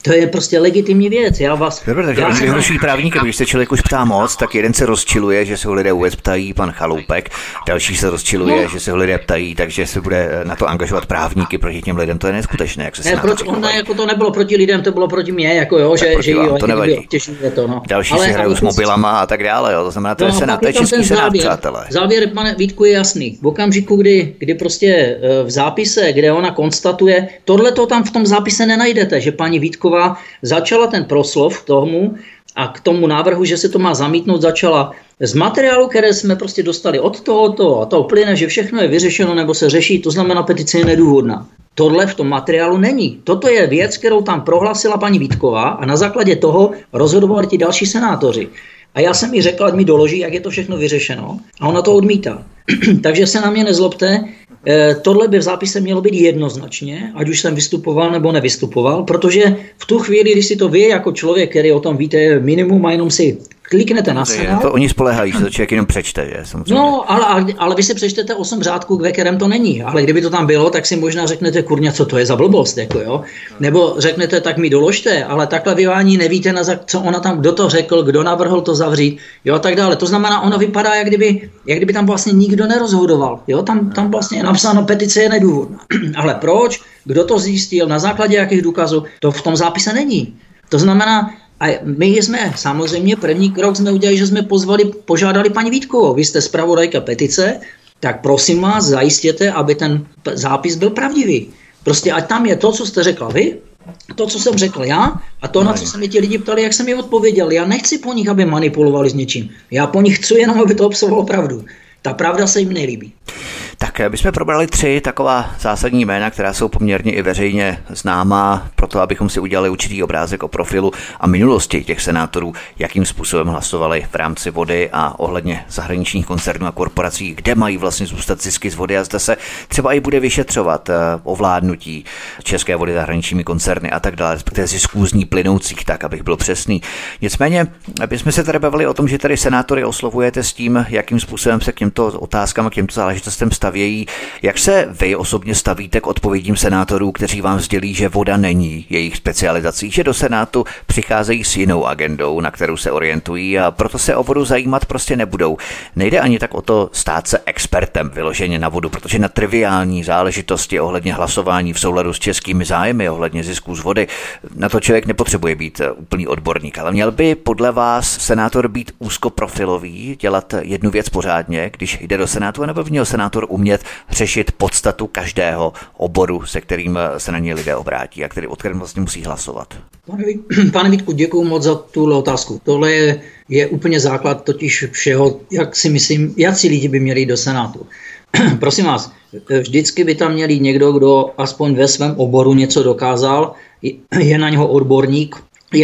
To je prostě legitimní věc. Dobře, takže on vyhrožují právníky, když se člověk už ptá moc, tak jeden se rozčiluje, že se ho lidé vůbec ptají, pan Chaloupek, další se rozčiluje, že se ho lidé ptají, takže se bude na to angažovat právníky proti těm lidem. To je neskutečné, jak se ne, proč on jako to nebylo proti lidem, to bylo proti mně, jako jo, že jo, to nevadí. To, no. Další si hrajou s mobilama a tak dále, jo. To znamená, to je senát, to je český senát, přátelé. Závěr, pane Vítku, je jasný. V okamžiku, kdy prostě v zápise, kde ona konstatuje, tohle to tam v tom zápise nenajdete, že paní Vítková začala ten proslov k tomu a k tomu návrhu, že se to má zamítnout, začala z materiálu, které jsme prostě dostali od tohoto a to plyne, že všechno je vyřešeno nebo se řeší, to znamená, petice je nedůvodná. Tohle v tom materiálu není. Toto je věc, kterou tam prohlásila paní Vítková a na základě toho rozhodovali ti další senátoři. A já jsem jí řekl, ať mi doloží, jak je to všechno vyřešeno. A ona to odmítá. Takže se na mě nezlobte, tohle by v zápise mělo být jednoznačně, ať už jsem vystupoval nebo nevystupoval, protože v tu chvíli, když si to vy jako člověk, který o tom víte minimum a jenom si kliknete na senát. To oni spoléhají, že to člověk jenom přečte, že? Samozřejmě. No, ale vy si přečtete 8 řádků, ve kterém to není. Ale kdyby to tam bylo, tak si možná řeknete, kurňa, co to je za blbost, jako jo. Nebo řeknete, tak mi doložte, ale takhle vy ani nevíte, co ona tam, kdo to řekl, kdo navrhl to zavřít, jo, a tak dále. To znamená, ono vypadá, jak kdyby tam vlastně nikdo nerozhodoval, jo, tam vlastně je napsáno, petice je nedůvodná. Ale proč? Kdo to zjistil? Na základě jakých důkazů? To v tom zápise není. To znamená, a my jsme samozřejmě první krok jsme udělali, že jsme požádali paní Vítkovou. Vy jste zpravodajka petice, tak prosím vás, zajistěte, aby ten zápis byl pravdivý. Prostě ať tam je to, co jste řekla vy, to, co jsem řekl já, a to, na co se mi ti lidi ptali, jak jsem jim odpověděl. Já nechci po nich, aby manipulovali s něčím. Já po nich chci jenom, aby to obsahovalo pravdu. Ta pravda se jim nelíbí. Tak bychom probrali 3 taková zásadní jména, která jsou poměrně i veřejně známá, proto abychom si udělali určitý obrázek o profilu a minulosti těch senátorů, jakým způsobem hlasovali v rámci vody a ohledně zahraničních koncernů a korporací, kde mají vlastně zůstat zisky z vody a zda se třeba i bude vyšetřovat ovládnutí České vody zahraničními koncerny a tak dále, respektive zisků z ní plynoucích, tak abych byl přesný. Nicméně, abychom se tady bavili o tom, že tady senátory oslovujete s tím, jakým způsobem se k těmto otázkám a k těmto záležitostem stavějí. Jak se vy osobně stavíte k odpovědím senátorů, kteří vám sdělí, že voda není jejich specializací, že do Senátu přicházejí s jinou agendou, na kterou se orientují a proto se o vodu zajímat prostě nebudou. Nejde ani tak o to stát se expertem vyloženě na vodu, protože na triviální záležitosti ohledně hlasování v souladu s českými zájmy, ohledně zisků z vody, na to člověk nepotřebuje být úplný odborník, ale měl by podle vás senátor být úzkoprofilový, dělat jednu věc pořádně, když jde do Senátu, nebo by měl senátor umět řešit podstatu každého oboru, se kterým se na ně lidé obrátí a o kterém vlastně musí hlasovat? Pane Vítku, děkuju moc za tuhle otázku. Tohle je úplně základ totiž všeho, jak si myslím, jací lidi by měli do Senátu. Prosím vás, vždycky by tam měli někdo, kdo aspoň ve svém oboru něco dokázal, je na něho odborník,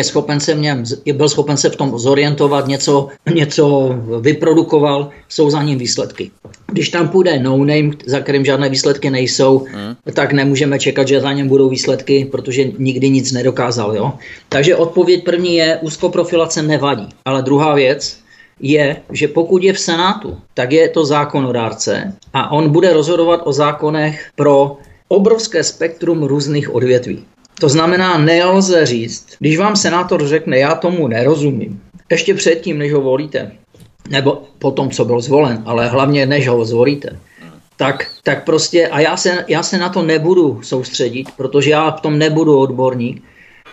byl schopen se v tom zorientovat, něco vyprodukoval, jsou za ním výsledky. Když tam půjde no-name, za kterým žádné výsledky nejsou, tak nemůžeme čekat, že za něm budou výsledky, protože nikdy nic nedokázal. Jo? Takže odpověď první je, úzkoprofilace nevadí. Ale druhá věc je, že pokud je v Senátu, tak je to zákonodárce a on bude rozhodovat o zákonech pro obrovské spektrum různých odvětví. To znamená, nelze říct, když vám senátor řekne, já tomu nerozumím, ještě předtím, než ho volíte, nebo potom, co byl zvolen, ale hlavně, než ho zvolíte, tak prostě, a já se na to nebudu soustředit, protože já v tom nebudu odborník,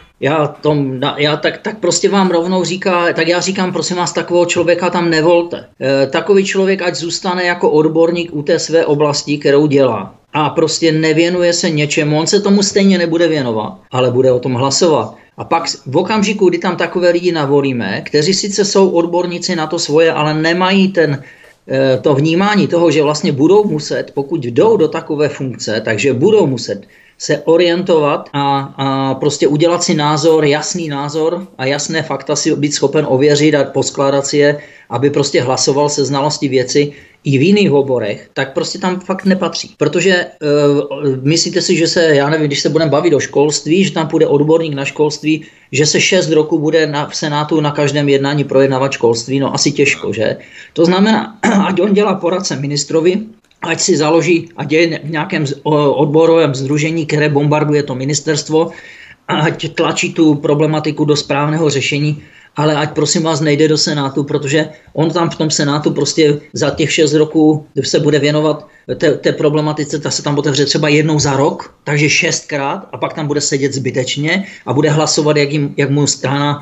tak prostě vám rovnou já říkám, prosím vás, takového člověka tam nevolte. Takový člověk, ať zůstane jako odborník u té své oblasti, kterou dělá. A prostě nevěnuje se něčemu, on se tomu stejně nebude věnovat, ale bude o tom hlasovat. A pak v okamžiku, kdy tam takové lidi navolíme, kteří sice jsou odborníci na to svoje, ale nemají to vnímání toho, že vlastně budou muset, pokud jdou do takové funkce, takže budou muset se orientovat a prostě udělat si jasný názor a jasné fakta si být schopen ověřit a poskládat si je, aby prostě hlasoval se znalosti věci i v jiných oborech, tak prostě tam fakt nepatří. Protože myslíte si, že já nevím, když se budeme bavit o školství, že tam půjde odborník na školství, že se 6 roků bude v Senátu na každém jednání projednávat školství, no asi těžko, že? To znamená, ať on dělá poradce ministrovi, ať si založí, ať je v nějakém odborovém sdružení, které bombarduje to ministerstvo, ať tlačí tu problematiku do správného řešení, ale ať prosím vás nejde do Senátu, protože on tam v tom Senátu prostě za těch 6 roků se bude věnovat té problematice, ta se tam otevře třeba jednou za rok, takže 6krát a pak tam bude sedět zbytečně a bude hlasovat, jak mu strana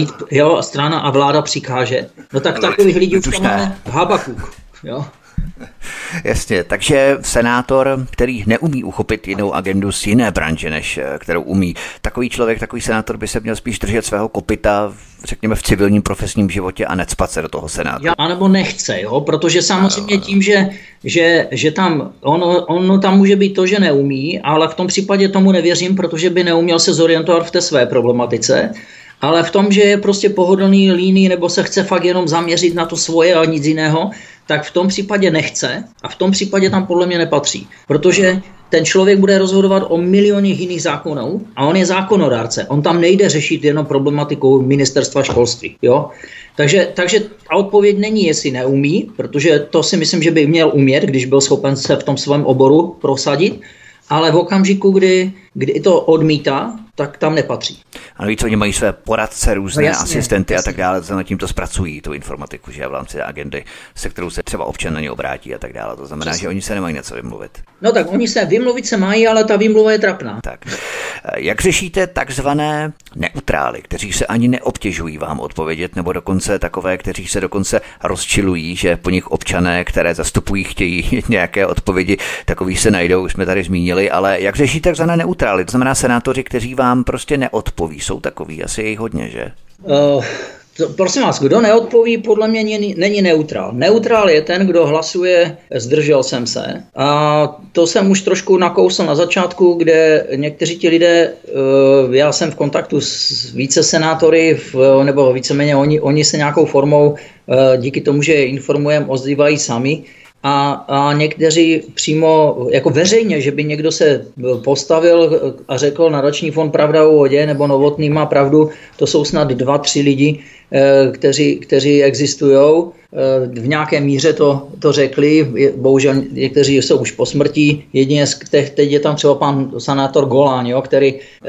a vláda přikáže. No tak takových lidí už tam máme Habakuk, jo. Jasně, takže senátor, který neumí uchopit jinou agendu z jiné branže, než kterou umí, takový člověk, takový senátor by se měl spíš držet svého kopyta, řekněme, v civilním profesním životě a necpat se do toho senátu. A nebo nechce, jo, protože samozřejmě tím, že tam, ono tam může být to, že neumí, ale v tom případě tomu nevěřím, protože by neuměl se zorientovat v té své problematice, ale v tom, že je prostě pohodlný, líný, nebo se chce fakt jenom zaměřit na to svoje a nic jiného, tak v tom případě nechce a v tom případě tam podle mě nepatří. Protože ten člověk bude rozhodovat o milionech jiných zákonů a on je zákonodárce. On tam nejde řešit jenom problematiku ministerstva školství. Jo? Takže a odpověď není, jestli neumí, protože to si myslím, že by měl umět, když byl schopen se v tom svém oboru prosadit, ale v okamžiku, kdy to odmítá, tak tam nepatří. A víc, oni mají své poradce, různé asistenty a tak dále, za tím to zpracují, tu informatiku, že v rámci agendy, se kterou se třeba občan na ně obrátí a tak dále. To znamená, že oni se nemají něco vymluvit. No tak oni se vymluvit se mají, ale ta výmluva je trapná. Tak. Jak řešíte takzvané neutrály, kteří se ani neobtěžují vám odpovědět, nebo dokonce takové, kteří se dokonce rozčilují, že po nich občané, které zastupují, chtějí nějaké odpovědi, takový se najdou, už jsme tady zmínili, ale jak řešíte takzvané neutrály, to znamená senátoři, kteří vám prostě neodpoví, jsou takový, asi je jich hodně, že? Prosím vás, kdo neodpoví, podle mě není neutrál. Neutrál je ten, kdo hlasuje zdržel jsem se. A to jsem už trošku nakousl na začátku, kde někteří ti lidé, já jsem v kontaktu s více senátory, nebo víceméně oni se nějakou formou, díky tomu, že je informujeme, ozývají sami. A někteří přímo jako veřejně, že by někdo se postavil a řekl nadační fond Pravda o vodě nebo Novotný má pravdu, to jsou snad 2-3 lidi, kteří existují. V nějaké míře to řekli, bohužel někteří jsou už po smrti, jedině teď je tam třeba pan senátor Goláň, jo, který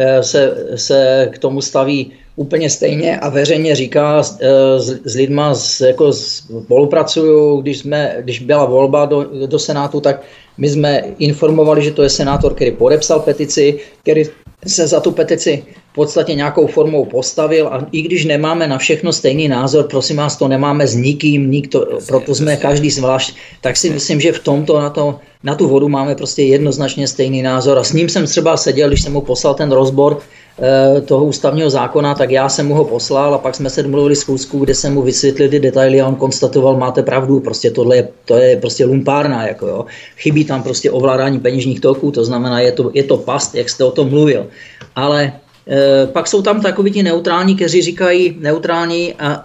se k tomu staví úplně stejně a veřejně říká s lidma, jako spolupracuju, když byla volba do Senátu, tak my jsme informovali, že to je senátor, který podepsal petici, který se za tu petici v podstatě nějakou formou postavil a i když nemáme na všechno stejný názor, prosím vás, to nemáme s nikým, proto jsme každý zvlášť, tak si myslím, že v tomto na tu vodu máme prostě jednoznačně stejný názor a s ním jsem třeba seděl, když jsem mu poslal ten rozbor toho ústavního zákona, tak já jsem mu ho poslal a pak jsme se domluvili schůzku, kde jsem mu vysvětlil ty detaily a on konstatoval, máte pravdu, prostě to je prostě lumpárna, jako jo. Chybí tam prostě ovládání peněžních toků, to znamená, je to past, jak jste o tom mluvil. Ale pak jsou tam takoví ti neutrální, kteří říkají neutrální a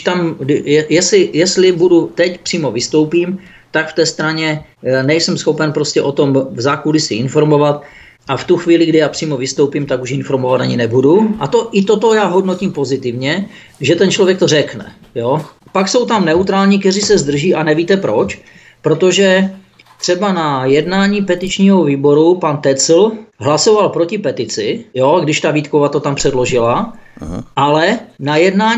jestli budu teď přímo vystoupím, tak v té straně nejsem schopen prostě o tom v zákulisí informovat a v tu chvíli, kdy já přímo vystoupím, tak už informovat ani nebudu. A i toto já hodnotím pozitivně, že ten člověk to řekne. Jo? Pak jsou tam neutrální, kteří se zdrží a nevíte proč, protože třeba na jednání petičního výboru pan Tecl hlasoval proti petici, jo, když ta Vítkova to tam předložila, ale na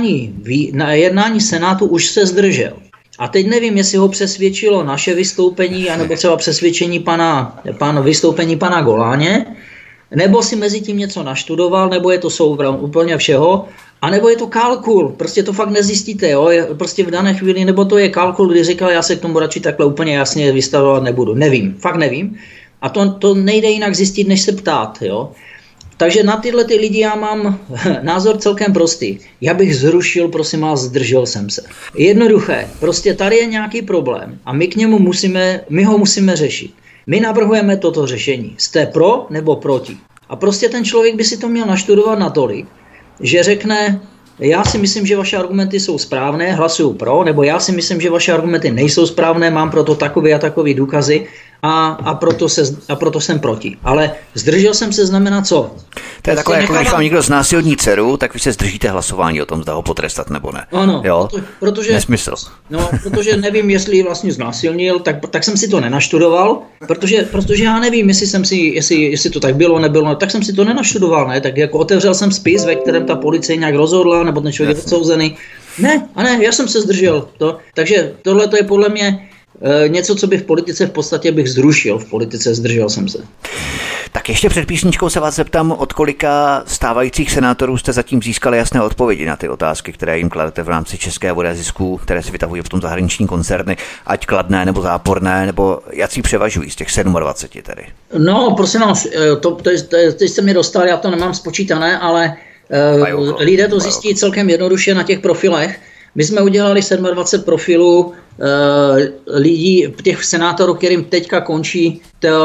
jednání Senátu už se zdržel. A teď nevím, jestli ho přesvědčilo naše vystoupení, anebo třeba přesvědčení vystoupení pana Goláně, nebo si mezi tím něco naštudoval, nebo je to soubram úplně všeho, anebo je to kalkul, prostě to fakt nezjistíte, jo? Prostě v dané chvíli, nebo to je kalkul, kdy říkal, já se k tomu radši takhle úplně jasně vystavovat nebudu. Nevím, fakt nevím. A to nejde jinak zjistit, než se ptát, jo? Takže na tyhle ty lidi já mám názor celkem prostý. Já bych zrušil, prosím vás, zdržel jsem se. Jednoduché, prostě tady je nějaký problém a my ho musíme řešit. My navrhujeme toto řešení. Jste pro nebo proti? A prostě ten člověk by si to měl naštudovat natolik, že řekne, já si myslím, že vaše argumenty jsou správné, hlasuju pro, nebo já si myslím, že vaše argumenty nejsou správné, mám proto takové a takové důkazy a proto jsem proti. Ale zdržel jsem se znamená co? To je takové, jako když vám někdo znásilní dceru, tak vy se zdržíte hlasování o tom, zda ho potrestat nebo ne. Ano, jo? Protože, nesmysl. No, protože nevím, jestli vlastně znásilnil, tak jsem si to nenaštudoval, protože já nevím, jestli to tak bylo, nebylo, tak jsem si to nenaštudoval, ne? Tak jako otevřel jsem spis, ve kterém ta policie nějak rozhodla, nebo ten člověk je odsouzený. Ne, já jsem se zdržel. Takže tohle to je podle mě něco, co by v politice v podstatě bych zrušil. V politice zdržel jsem se. Tak ještě před písničkou se vás zeptám, od kolika stávajících senátorů jste zatím získali jasné odpovědi na ty otázky, které jim kladete v rámci České vody a zisků, které si vytahují potom zahraniční koncerny, ať kladné nebo záporné, nebo jací převažují z těch 27 tedy? No, prosím vás, teď jste mě dostali, já to nemám spočítané, ale lidé to zjistí celkem jednoduše na těch profilech. My jsme udělali 27 profilů lidí, těch senátorů, kterým teďka končí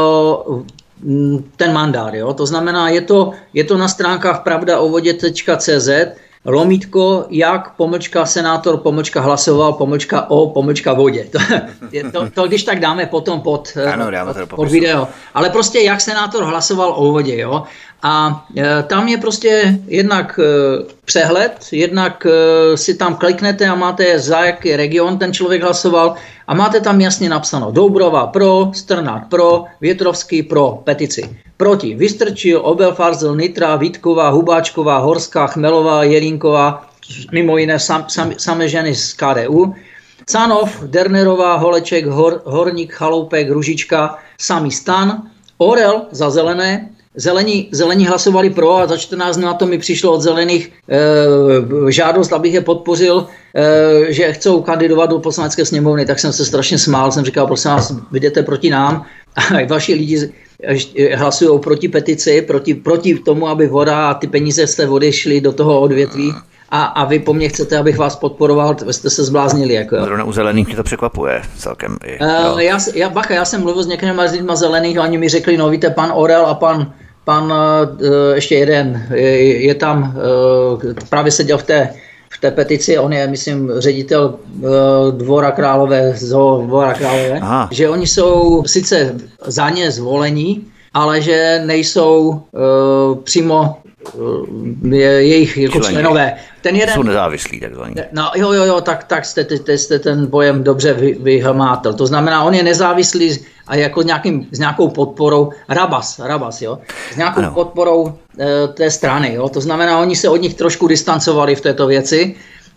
ten mandát. Jo? To znamená, je to na stránkách pravdaovodě.cz /jak senátor hlasoval /vodě. To když tak dáme potom pod video. Ale prostě jak senátor hlasoval o vodě. Jo? A tam je prostě jednak přehled, jednak si tam kliknete a máte za jaký region ten člověk hlasoval a máte tam jasně napsáno Doubrova pro, Strnad pro, Větrovský pro, petici. Proti Vystrčil, Obelfarzel, Nitra, Vítková, Hubáčková, Horská, Chmelová, Jelínková, mimo jiné samé ženy z KDU, Canov, Dernerová, Holeček, Horník, Chaloupek, Ružička, samý Stan, Orel za zelené, Zelení hlasovali pro a za 14 dnů na to mi přišlo od zelených žádost, abych je podpořil, že chcou kandidovat do poslanecké sněmovny, tak jsem se strašně smál, jsem říkal, prosím vás, jdete proti nám a vaši lidi hlasují proti petici, proti tomu, aby voda a ty peníze z té vody šly do toho odvětví. A vy po mně chcete, abych vás podporoval, jste se zbláznili. Jako. Zrovna u zelených mě to překvapuje celkem. Já jsem mluvil s některými lidmi zelených a oni mi řekli, no víte, pan Orel a pan ještě jeden je tam, právě seděl v té petici, on je, myslím, ředitel Dvora Králové, že oni jsou sice za ně zvolení, ale že nejsou přímo jejich jako členové. Ten jeden, jsou nezávislí takzvaní. No jo, tak jste ten pojem dobře vyhmátl. To znamená, on je nezávislý a jako s nějakou podporou, Rabas, jo, s nějakou podporou té strany, jo. To znamená, oni se od nich trošku distancovali v této věci,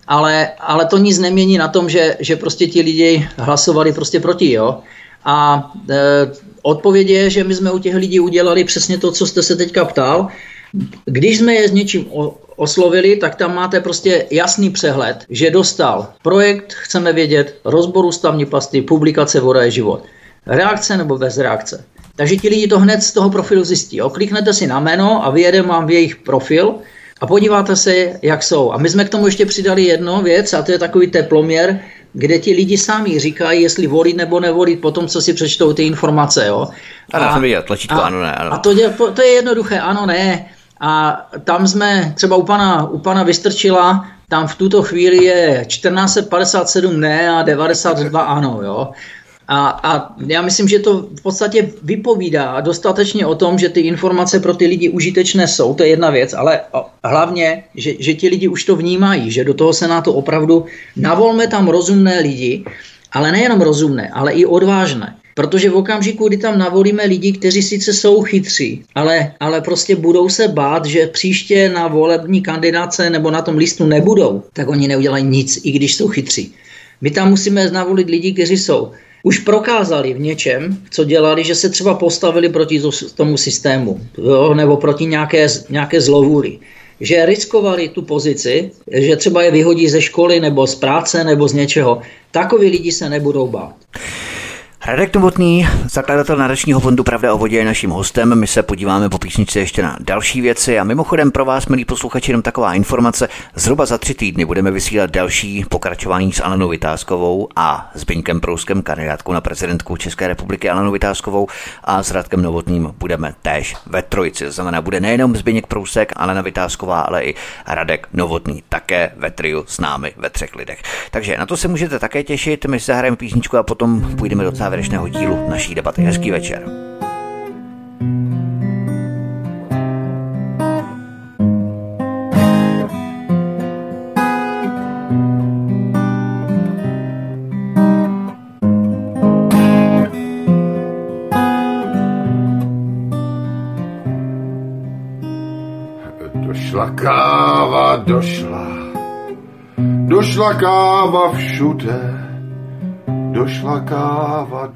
ale to nic nemění na tom, že prostě ti lidi hlasovali prostě proti, jo. A odpověď je, že my jsme u těch lidí udělali přesně to, co jste se teďka ptal. Když jsme je s něčím oslovili, tak tam máte prostě jasný přehled, že dostal projekt, chceme vědět, rozbor ústavní pasty, publikace Voda je život. Reakce nebo bez reakce. Takže ti lidi to hned z toho profilu zjistí. Jo? Kliknete si na jméno a vyjede vám v jejich profil a podíváte se, jak jsou. A my jsme k tomu ještě přidali jednu věc a to je takový teploměr, kde ti lidi sami říkají, jestli volit nebo nevolit po tom, co si přečtou ty informace. Jo? Ano, jsem viděl, tlačítko ano, ne. Ano. A to je jednoduché, ano, ne. A tam jsme třeba u pana Vystrčila, tam v tuto chvíli je 1457 ne a 92 ano, jo. A já myslím, že to v podstatě vypovídá dostatečně o tom, že ty informace pro ty lidi užitečné jsou, to je jedna věc, ale hlavně, že ti lidi už to vnímají, že do toho Senátu opravdu navolme tam rozumné lidi, ale nejenom rozumné, ale i odvážné. Protože v okamžiku, kdy tam navolíme lidi, kteří sice jsou chytří, ale prostě budou se bát, že příště na volební kandidáce nebo na tom listu nebudou, tak oni neudělají nic, i když jsou chytří. My tam musíme navolit lidi, kteří jsou už prokázali v něčem, co dělali, že se třeba postavili proti tomu systému, jo, nebo proti nějaké zlovůli. Že riskovali tu pozici, že třeba je vyhodí ze školy nebo z práce nebo z něčeho. Takoví lidi se nebudou bát. Radek Novotný, zakladatel nadačního fondu Pravda o vodě, je naším hostem. My se podíváme po písničce ještě na další věci a mimochodem pro vás, milí posluchači, jenom taková informace. Zhruba za 3 týdny budeme vysílat další pokračování s Alenou Vitáskovou a Zbyňkem Prouskem, kandidátkou na prezidentku České republiky Alenou Vitáskovou, a s Radkem Novotným budeme též ve trojici. To znamená, bude nejenom Zbyněk Prousek, Alena Vitásková, ale i Radek Novotný také ve triu s námi ve 3 lidech. Takže na to se můžete také těšit. My si zahrajeme písničku a potom půjdeme do závěrečného dílu naší debaty. Hezký večer. Došla káva, došla káva všude, došla káva,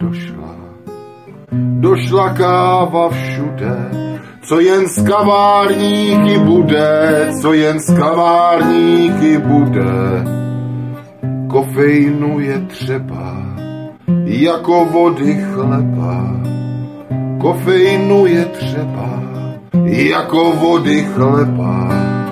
došla káva všude, co jen z kavárníky bude, co jen z kavárníky bude. Kofeinu je třeba, jako vody chleba, kofeinu je třeba, jako vody chleba.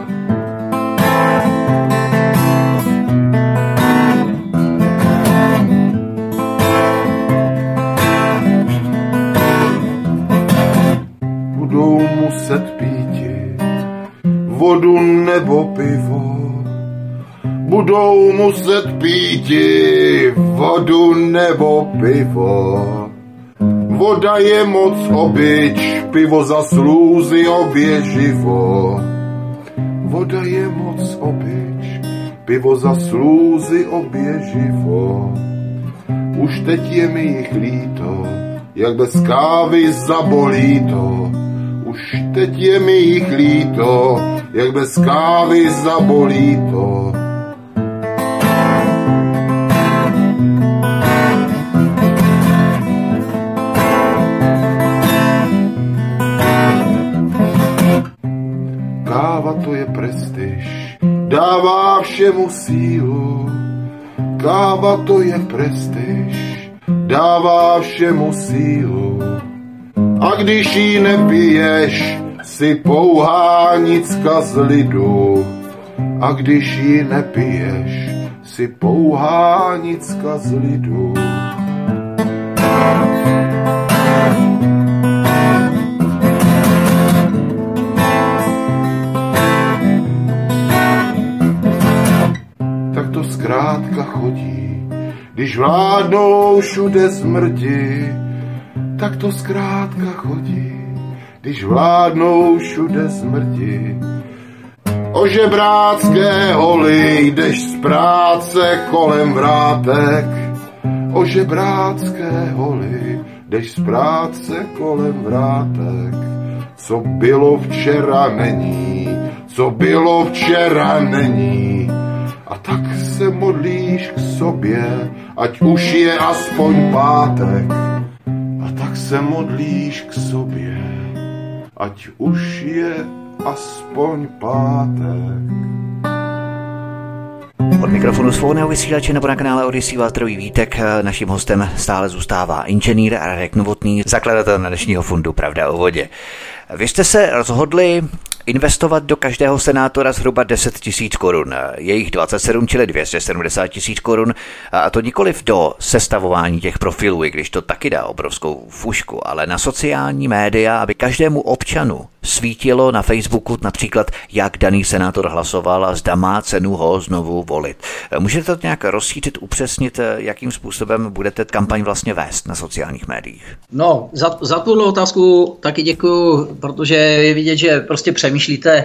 Budou muset píti vodu nebo pivo, budou muset píti vodu nebo pivo. Voda je moc obyč, pivo za slůzy oběživo. Voda je moc obyč, pivo za slůzy oběživo. Už teď je mi jich líto, jak bez kávy zabolí to. Už teď je mi jich líto, jak bez kávy zabolí to. Káva to je prestiž, dává všemu sílu. Káva to je prestiž, dává všemu sílu. A když jí nepiješ, si pouhá nicka z lidu. A když jí nepiješ, si pouhá nicka z lidu. Zkrátka chodí, když vládnou všude smrti, tak to zkrátka chodí, když vládnou všude smrti. O žebrácké holi jdeš z práce kolem vrátek, o žebrácké holi jdeš z práce kolem vrátek. Co bylo včera není, co bylo včera není. A tak se modlíš k sobě, ať už je aspoň pátek. A tak se modlíš k sobě, ať už je aspoň pátek. Od mikrofonu svobodného vysílače nebo na kanále Odyssey vás zdraví Vítek. Naším hostem stále zůstává inženýr Radek Novotný, zakladatel Nadačního fondu Pravda o vodě. Vy jste se rozhodli investovat do každého senátora zhruba 10 000 korun. Je jich 27, čili 270 000 korun. A to nikoliv do sestavování těch profilů, i když to taky dá obrovskou fušku, ale na sociální média, aby každému občanu svítilo na Facebooku například, jak daný senátor hlasoval a zda má cenu ho znovu volit. Můžete to nějak rozšířit, upřesnit, jakým způsobem budete kampaň vlastně vést na sociálních médiích? No, za tuhle otázku taky děkuju, protože je vidět, že prostě přemýšlíte,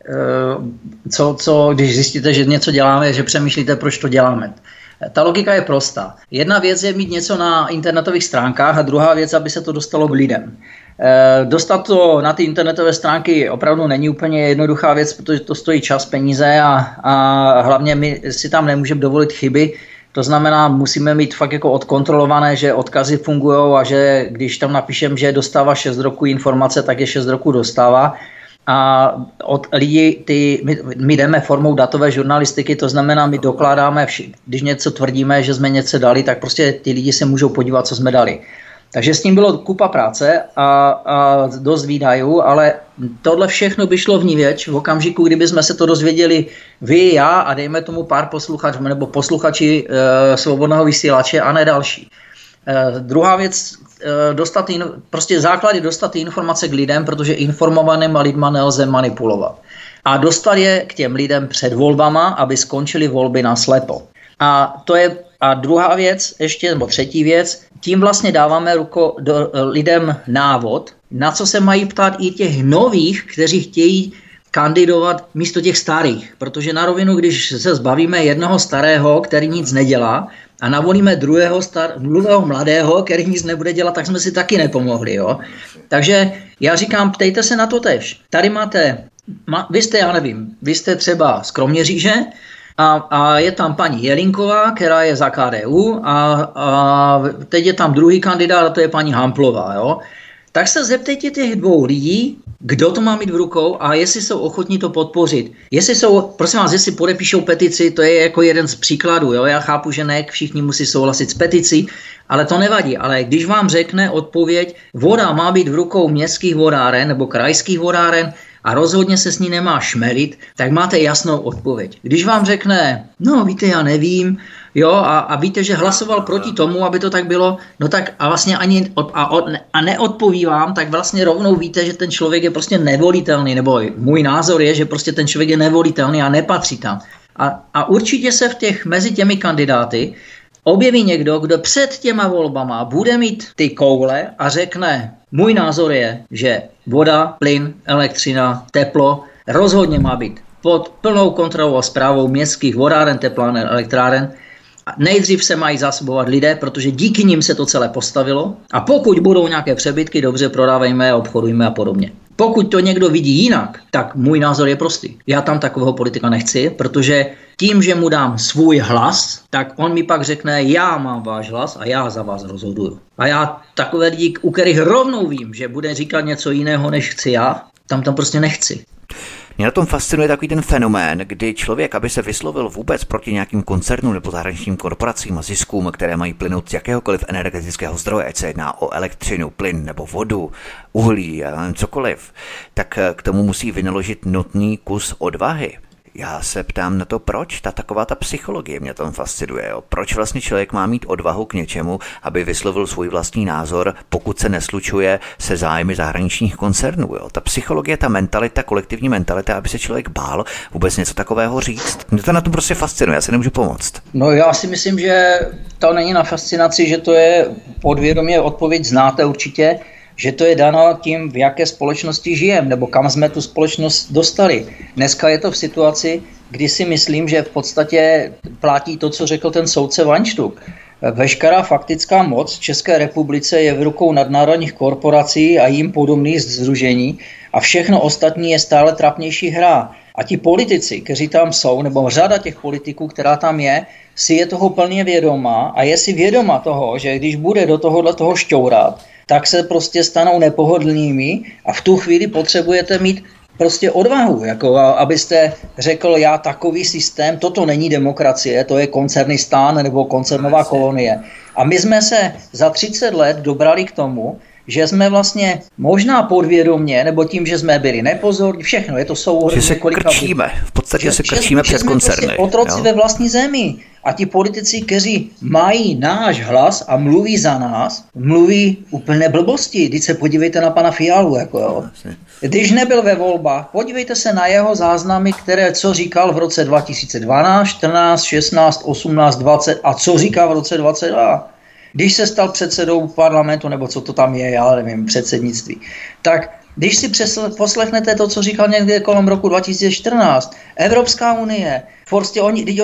když zjistíte, že něco děláme, že přemýšlíte, proč to děláme. Ta logika je prostá. Jedna věc je mít něco na internetových stránkách a druhá věc, aby se to dostalo k lidem. Dostat to na ty internetové stránky opravdu není úplně jednoduchá věc, protože to stojí čas, peníze a hlavně my si tam nemůžeme dovolit chyby. To znamená, musíme mít fakt jako odkontrolované, že odkazy fungujou a že když tam napíšem, že dostává 6 roků informace, tak je 6 roků dostává. A od lidí my jdeme formou datové žurnalistiky, to znamená, my dokládáme, když něco tvrdíme, že jsme něco dali, tak prostě ty lidi se můžou podívat, co jsme dali. Takže s tím bylo kupa práce a dost výdajů, ale tohle všechno by šlo vniveč v okamžiku, kdyby jsme se to dozvěděli vy, já a dejme tomu pár posluchačů nebo posluchači svobodného vysílače a ne další. Druhá věc, prostě základ je dostat ty informace k lidem, protože informovanýma lidma nelze manipulovat. A dostat je k těm lidem před volbama, aby skončily volby naslepo. A druhá věc, ještě, nebo třetí věc, tím vlastně dáváme lidem návod, na co se mají ptát i těch nových, kteří chtějí kandidovat místo těch starých. Protože na rovinu, když se zbavíme jednoho starého, který nic nedělá, a navolíme druhého mladého, který nic nebude dělat, tak jsme si taky nepomohli. Jo? Takže já říkám, ptejte se na to tež. Tady vy jste třeba z Kroměříže a je tam paní Jelínková, která je za KDU a teď je tam druhý kandidát a to je paní Hamplová. Jo? Tak se zeptejte těch dvou lidí, kdo to má mít v rukou a jestli jsou ochotní to podpořit. Jestli podepíšou petici, to je jako jeden z příkladů. Jo? Já chápu, že ne všichni musí souhlasit s peticí, ale to nevadí. Ale když vám řekne odpověď, voda má být v rukou městských vodáren nebo krajských vodáren a rozhodně se s ní nemá šmelit, tak máte jasnou odpověď. Když vám řekne, no víte, já nevím, jo, a víte, že hlasoval proti tomu, aby to tak bylo, no tak a vlastně ani neodpoví vám, tak vlastně rovnou víte, že ten člověk je prostě nevolitelný, nebo můj názor je, že prostě ten člověk je nevolitelný a nepatří tam. A určitě se mezi těmi kandidáty objeví někdo, kdo před těma volbama bude mít ty koule a řekne, můj názor je, že voda, plyn, elektřina, teplo rozhodně má být pod plnou kontrolou a správou městských vodáren, tepláren, elektráren. Nejdřív se mají zásobovat lidé, protože díky nim se to celé postavilo. A pokud budou nějaké přebytky, dobře, prodávejme, obchodujme a podobně. Pokud to někdo vidí jinak, tak můj názor je prostý. Já tam takového politika nechci, protože tím, že mu dám svůj hlas, tak on mi pak řekne, já mám váš hlas a já za vás rozhoduju. A já takové lidi, u kterých rovnou vím, že bude říkat něco jiného, než chci já, tam prostě nechci. Mě na tom fascinuje takový ten fenomén, kdy člověk, aby se vyslovil vůbec proti nějakým koncernům nebo zahraničním korporacím a ziskům, které mají plynout z jakéhokoliv energetického zdroje, ať se jedná o elektřinu, plyn nebo vodu, uhlí a cokoliv, tak k tomu musí vynaložit nutný kus odvahy. Já se ptám na to, proč taková ta psychologie mě tam fascinuje. Jo? Proč vlastně člověk má mít odvahu k něčemu, aby vyslovil svůj vlastní názor, pokud se neslučuje se zájmy zahraničních koncernů. Jo? Ta psychologie, ta mentalita, kolektivní mentalita, aby se člověk bál vůbec něco takového říct. Mě to na tom prostě fascinuje, já si nemůžu pomoct. No já si myslím, že to není na fascinaci, že to je podvědomě, odpověď znáte určitě, že to je dáno tím, v jaké společnosti žijeme, nebo kam jsme tu společnost dostali. Dneska je to v situaci, kdy si myslím, že v podstatě platí to, co řekl ten soudce Weinstuck. Veškerá faktická moc v České republice je v rukou nadnárodních korporací a jim podobných sdružení a všechno ostatní je stále trapnější hra. A ti politici, kteří tam jsou, nebo řada těch politiků, která tam je, si je toho plně vědomá a je si vědoma toho, že když bude do toho šťourat, tak se prostě stanou nepohodlnými a v tu chvíli potřebujete mít prostě odvahu, jako abyste řekl, já takový systém, toto není demokracie, to je koncernistán nebo koncernová kolonie. A my jsme se za 30 let dobrali k tomu, že jsme vlastně možná podvědomě, nebo tím, že jsme byli nepozorní, všechno, je to souhrn několika... V podstatě se krčíme přes koncerny. Prostě otroci ve vlastní zemi. A ti politici, kteří mají náš hlas a mluví za nás, mluví úplně blbosti. Když se podívejte na pana Fialu. Jako jo. Když nebyl ve volbách, podívejte se na jeho záznamy, co říkal v roce 2012, 14, 16, 18, 20 a co říká v roce 22. Když se stal předsedou parlamentu, nebo co to tam je, já nevím, předsednictví, tak když si poslechnete to, co říkal někde kolem roku 2014, Evropská unie, prostě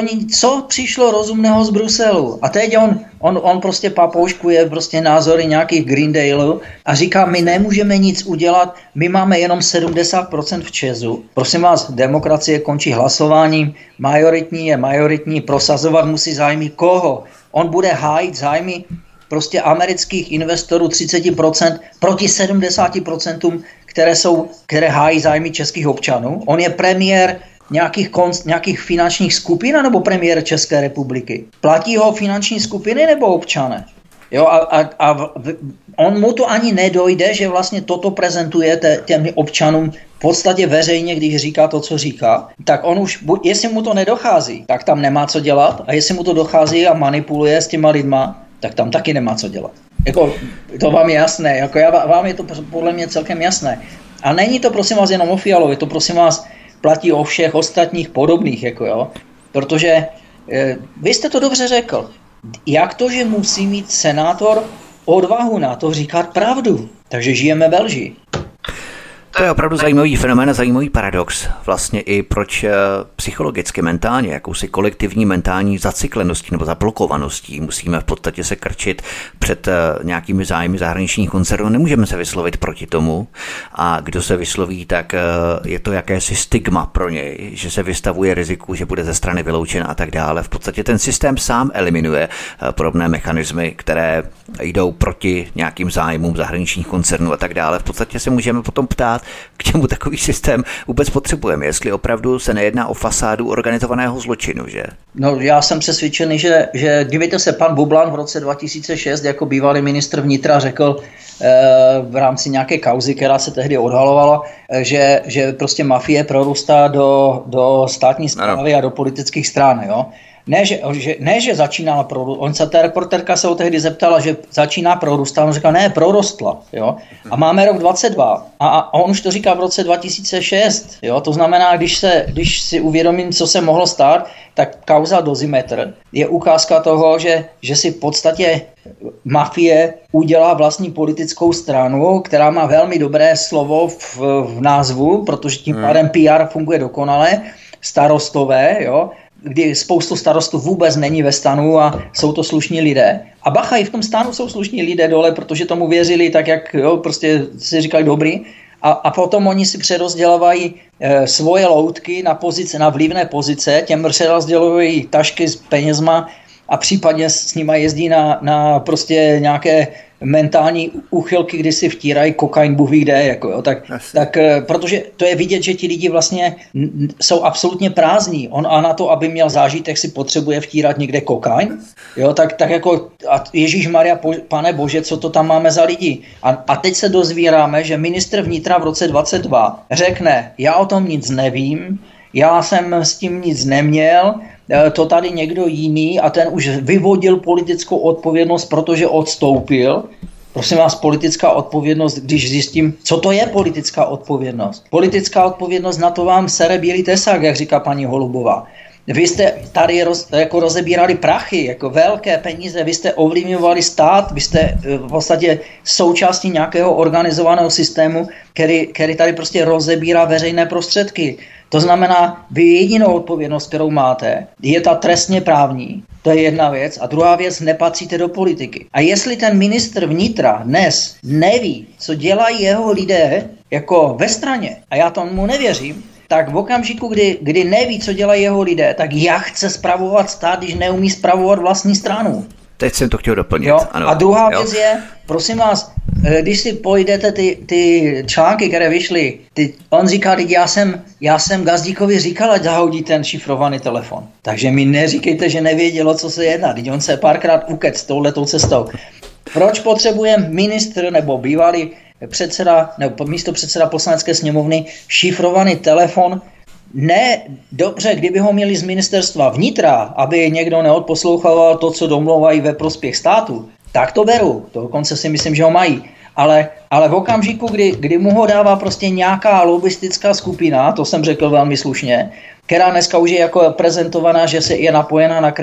co přišlo rozumného z Bruselu? A teď on prostě papouškuje prostě názory nějakých Green Dealů a říká, my nemůžeme nic udělat, my máme jenom 70% v Česu. Prosím vás, demokracie končí hlasováním, majoritní je majoritní, prosazovat musí zájmy koho? On bude hájit zájmy prostě amerických investorů 30% proti 70%, které hájí zájmy českých občanů. On je premiér nějakých finančních skupin nebo premiér České republiky. Platí ho finanční skupiny nebo občané? Jo, a on mu to ani nedojde, že vlastně toto prezentuje těm občanům v podstatě veřejně, když říká to, co říká. Tak on už, jestli mu to nedochází, tak tam nemá co dělat. A jestli mu to dochází a manipuluje s těma lidma, tak tam taky nemá co dělat. Jako, to vám je jasné, jako vám je to podle mě celkem jasné. A není to prosím vás jenom o Fialovi, to prosím vás platí o všech ostatních podobných, jako jo. Protože vy jste to dobře řekl. Jak to, že musí mít senátor odvahu na to říkat pravdu. Takže žijeme ve lži. To je opravdu zajímavý fenomén a zajímavý paradox. Vlastně i proč psychologicky, mentálně, jakousi kolektivní mentální zacykleností nebo zablokovaností musíme v podstatě se krčit před nějakými zájmy zahraničních koncernů. Nemůžeme se vyslovit proti tomu a kdo se vysloví, tak je to jakési stigma pro něj, že se vystavuje riziku, že bude ze strany vyloučen a tak dále. V podstatě ten systém sám eliminuje podobné mechanismy, které jdou proti nějakým zájmům zahraničních koncernů a tak dále. V podstatě se můžeme potom ptát, k čemu takový systém vůbec potřebujeme, jestli opravdu se nejedná o fasádu organizovaného zločinu, že? No, já jsem přesvědčený, že dívejte se, pan Bublan v roce 2006 jako bývalý ministr vnitra řekl v rámci nějaké kauzy, která se tehdy odhalovala, že prostě mafie prorůstá do státní správy a do politických stran, jo. Ne, že začínala prorůst. Ta reporterka se ho tehdy zeptala, že začíná prorůst, a on říkal, ne, prorostla. Jo? A máme rok 22 a on už to říká v roce 2006. Jo? To znamená, když si uvědomím, co se mohlo stát, tak kauza Dozimetr je ukázka toho, že si v podstatě mafie udělá vlastní politickou stranu, která má velmi dobré slovo v názvu, protože tím pádem PR funguje dokonale, starostové, jo? Kdy spoustu starostů vůbec není ve stanu a jsou to slušní lidé. A bacha, i v tom stanu jsou slušní lidé dole, protože tomu věřili tak, jak jo, prostě si říkali dobrý. A potom oni si přerozdělovají svoje loutky na vlivné pozice, těm přerozdělují tašky s penězma a případně s nima jezdí na prostě nějaké mentální úchylky, kdy si vtírají kokain, Bůh ví kde, jako jo, tak protože to je vidět, že ti lidi vlastně jsou absolutně prázdní. On a na to, aby měl zážitek, si potřebuje vtírat někde kokain, jo, tak jako Ježíšmarja, Pane Bože, co to tam máme za lidi? A teď se dozvíráme, že ministr vnitra v roce 22 řekne, já o tom nic nevím, já jsem s tím nic neměl, to tady někdo jiný a ten už vyvodil politickou odpovědnost, protože odstoupil. Prosím vás, politická odpovědnost, když zjistím, co to je politická odpovědnost. Politická odpovědnost, na to vám sere bílý tesák, jak říká paní Holubová. Vy jste tady jako rozebírali prachy, jako velké peníze, vy jste ovlivňovali stát, vy jste v podstatě součástí nějakého organizovaného systému, který tady prostě rozebírá veřejné prostředky. To znamená, vy jedinou odpovědnost, kterou máte, je ta trestně právní. To je jedna věc. A druhá věc, nepatříte do politiky. A jestli ten ministr vnitra dnes neví, co dělají jeho lidé jako ve straně, a já tomu nevěřím, tak v okamžiku, kdy neví, co dělají jeho lidé, tak jak chce spravovat stát, když neumí spravovat vlastní stranu. Teď jsem to chtěl doplnit. Jo? Ano. A druhá věc je, prosím vás, když si pojdete ty články, které vyšly, on říká, já jsem Gazdíkovi říkal, ať zahodí ten šifrovaný telefon. Takže mi neříkejte, že nevědělo, co se jedná. Teď on se párkrát ukec touhletou cestou. Proč potřebuje ministr nebo bývalý předseda nebo místopředseda Poslanecké sněmovny šifrovaný telefon? Ne, dobře, kdyby ho měli z ministerstva vnitra, aby někdo neodposlouchal to, co domlouvají ve prospěch státu, tak to beru. To dokonce si myslím, že ho mají. Ale v okamžiku, kdy mu ho dává prostě nějaká lobistická skupina, to jsem řekl velmi slušně, která dneska už je jako prezentovaná, že se je napojena na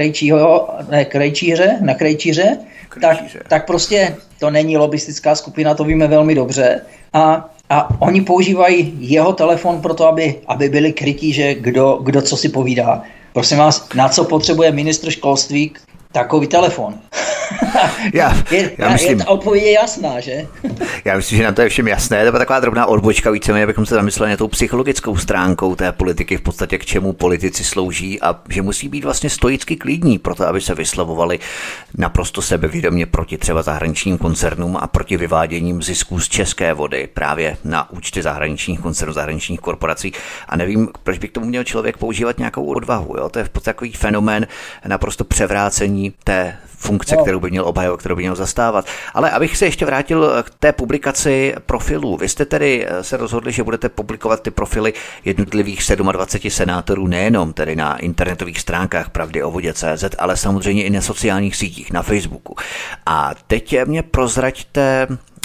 Krejčíře, tak prostě to není lobistická skupina, to víme velmi dobře. A oni používají jeho telefon pro to, aby byli krytí, že kdo co si povídá. Prosím vás, na co potřebuje ministr školství takový telefon? Já myslím, ta odpověď je jasná, že? Já myslím, že nám to je všem jasné. To je taková drobná odbočka, víceméně abychom se zamysleli na tou psychologickou stránkou té politiky, v podstatě k čemu politici slouží a že musí být vlastně stoicky klidní proto, aby se vyslovovali naprosto sebevědomě proti třeba zahraničním koncernům a proti vyváděním zisků z české vody právě na účty zahraničních koncernů, zahraničních korporací. A nevím, proč by k tomu měl člověk používat nějakou odvahu. Jo? To je v podstatě takový fenomén naprosto převrácení té funkce, kterou by měl obhajovat, kterou by měl zastávat. Ale abych se ještě vrátil k té publikaci profilů. Vy jste tedy se rozhodli, že budete publikovat ty profily jednotlivých 27 senátorů nejenom tedy na internetových stránkách Pravdy o vodě.cz, ale samozřejmě i na sociálních sítích, na Facebooku. A teď mě prozraďte,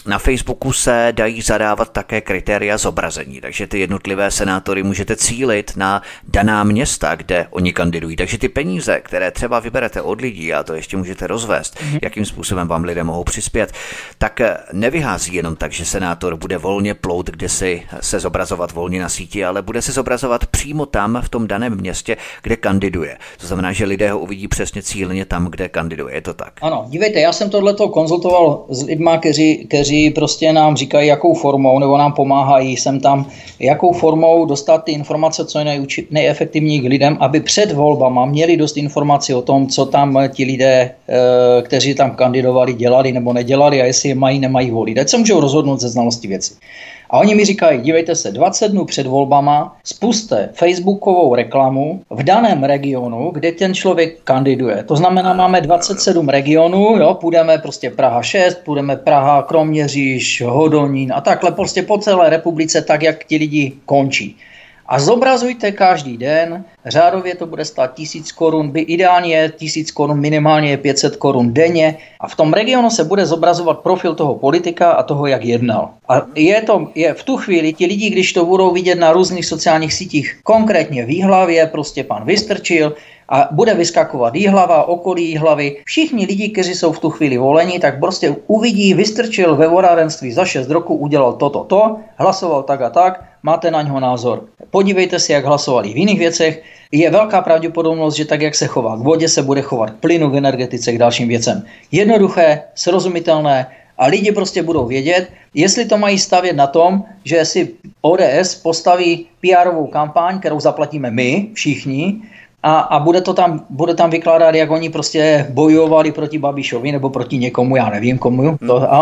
Na Facebooku se dají zadávat také kritéria zobrazení, takže ty jednotlivé senátory můžete cílit na daná města, kde oni kandidují. Takže ty peníze, které třeba vyberete od lidí, a to ještě můžete rozvést, jakým způsobem vám lidé mohou přispět, tak nevyhází jenom tak, že senátor bude volně plout, kde si se zobrazovat volně na síti, ale bude se zobrazovat přímo tam v tom daném městě, kde kandiduje. To znamená, že lidé ho uvidí přesně cíleně tam, kde kandiduje. Je to tak? Ano, dívejte, já jsem tohleto konzultoval s lidma, kteří prostě nám říkají, jakou formou, nebo nám pomáhají sem tam, jakou formou dostat ty informace, co je nejefektivněji k lidem, aby před volbama měli dost informací o tom, co tam ti lidé, kteří tam kandidovali, dělali nebo nedělali a jestli je mají, nemají volit. Ať se můžou rozhodnout ze znalosti věci. A oni mi říkají, dívejte se, 20 dnů před volbama spuste facebookovou reklamu v daném regionu, kde ten člověk kandiduje. To znamená, máme 27 regionů, jo, půjdeme prostě Praha 6, půjdeme Praha, Kroměříž, Hodonín a takhle prostě po celé republice, tak jak ti lidi končí. A zobrazujte každý den, řádově to bude stát 1000 korun, ideálně je 1000 korun, minimálně je 500 korun denně a v tom regionu se bude zobrazovat profil toho politika a toho, jak jednal. A je v tu chvíli ti lidi, když to budou vidět na různých sociálních sítích, konkrétně v Jihlavě, prostě pan Vystrčil, a bude vyskakovat Jihlava, okolí Jihlavy. Všichni lidi, kteří jsou v tu chvíli voleni, tak prostě uvidí, Vystrčil ve vodárenství za 6 roků udělal to, hlasoval tak a tak, máte na něho názor. Podívejte si, jak hlasovali v jiných věcech. Je velká pravděpodobnost, že tak, jak se chová k vodě, se bude chovat k plynu, k energetice, k dalším věcem. Jednoduché, srozumitelné a lidi prostě budou vědět, jestli to mají stavět na tom, že si ODS postaví PR-ovou kampaň, kterou zaplatíme my, všichni, a bude tam vykládat, jak oni prostě bojovali proti Babišovi nebo proti někomu, já nevím komu,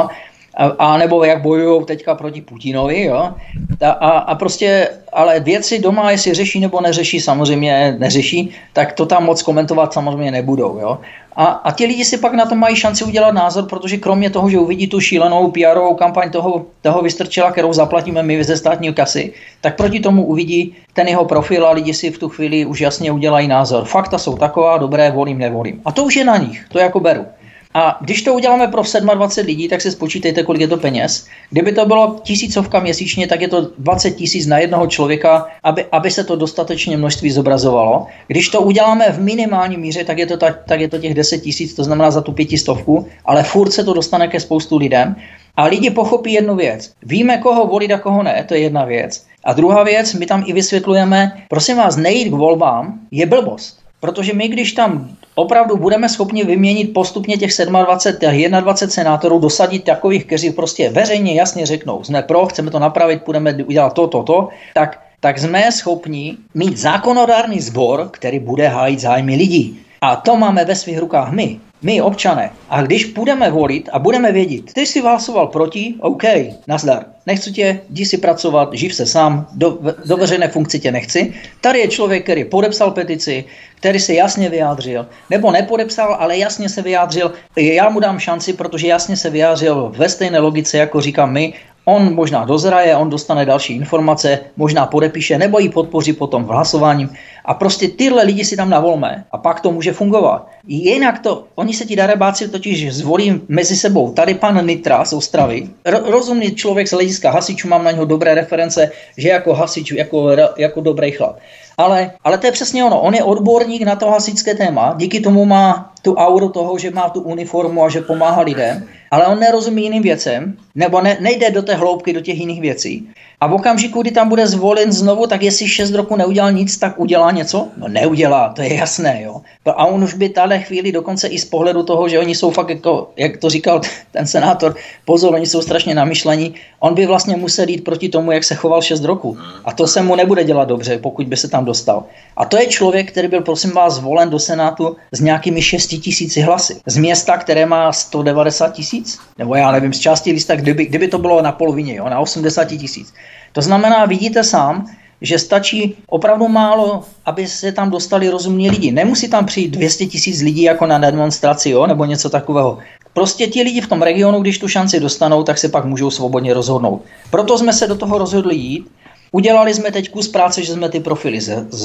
a nebo jak bojují teďka proti Putinovi, jo. A prostě, ale věci doma, jestli řeší nebo neřeší, samozřejmě neřeší, tak to tam moc komentovat samozřejmě nebudou, jo. A ti lidi si pak na to mají šanci udělat názor, protože kromě toho, že uvidí tu šílenou PR-ovou kampaň toho Vystrčila, kterou zaplatíme my ze státní kasy, tak proti tomu uvidí ten jeho profil a lidi si v tu chvíli už jasně udělají názor. Fakta jsou taková, dobré, volím, nevolím. A to už je na nich, to jako beru. A když to uděláme pro 27 lidí, tak si spočítejte, kolik je to peněz. Kdyby to bylo 1000 měsíčně, tak je to 20 000 na jednoho člověka, aby se to dostatečně množství zobrazovalo. Když to uděláme v minimální míře, tak je to těch 10 000, to znamená za tu 500, ale furt se to dostane ke spoustu lidem. A lidi pochopí jednu věc. Víme, koho volit a koho ne, to je jedna věc. A druhá věc, my tam i vysvětlujeme, prosím vás, nejít k volbám je blbost. Protože my, když tam opravdu budeme schopni vyměnit postupně těch 21 senátorů, dosadit takových, kteří prostě veřejně jasně řeknou, jsme pro, chceme to napravit, budeme udělat to, tak jsme schopni mít zákonodárný sbor, který bude hájit zájmy lidí. A to máme ve svých rukách my občané. A když půjdeme volit a budeme vědět, ty jsi hlasoval proti, OK, nazdar. Nechci tě, jdi si pracovat, živ se sám, do veřejné funkce tě nechci. Tady je člověk, který podepsal petici, který se jasně vyjádřil, nebo nepodepsal, ale jasně se vyjádřil. Já mu dám šanci, protože jasně se vyjádřil ve stejné logice, jako říkám my. On možná dozraje, on dostane další informace, možná podepíše, nebo ji podpoří potom v hlasováním. A prostě tyhle lidi si tam navolme a pak to může fungovat. Jinak oni se ti darebáci totiž zvolí mezi sebou. Tady pan Nitra z Ostravy, rozumný člověk z hlediska hasičů, mám na něho dobré reference, že jako hasič, jako dobrý chlap. Ale to je přesně ono. On je odborník na to hasičské téma, díky tomu má tu auru toho, že má tu uniformu a že pomáhá lidem, ale on nerozumí jiným věcem, nebo nejde do té hloubky, do těch jiných věcí. A v okamžiku, kdy tam bude zvolen znovu, tak jestli 6 roku neudělal nic, tak udělá něco? No neudělá, to je jasné, jo. A on už by tahle chvíli dokonce i z pohledu toho, že oni jsou fakt jako, jak to říkal ten senátor, pozor, oni jsou strašně namyšlení, on by vlastně musel jít proti tomu, jak se choval 6 roku. A to se mu nebude dělat dobře, pokud by se tam dostal. A to je člověk, který byl, prosím vás, zvolen do Senátu s nějakými 6 000 hlasy. Z města, které má 190 000, nebo já nevím, z části lista, kdyby to bylo na polovině, jo, na 80 000. To znamená, vidíte sám, že stačí opravdu málo, aby se tam dostali rozumní lidi. Nemusí tam přijít 200 000 lidí jako na demonstraci, jo, nebo něco takového. Prostě ti lidi v tom regionu, když tu šanci dostanou, tak se pak můžou svobodně rozhodnout. Proto jsme se do toho rozhodli jít. Udělali jsme teď kus práce, že jsme ty profily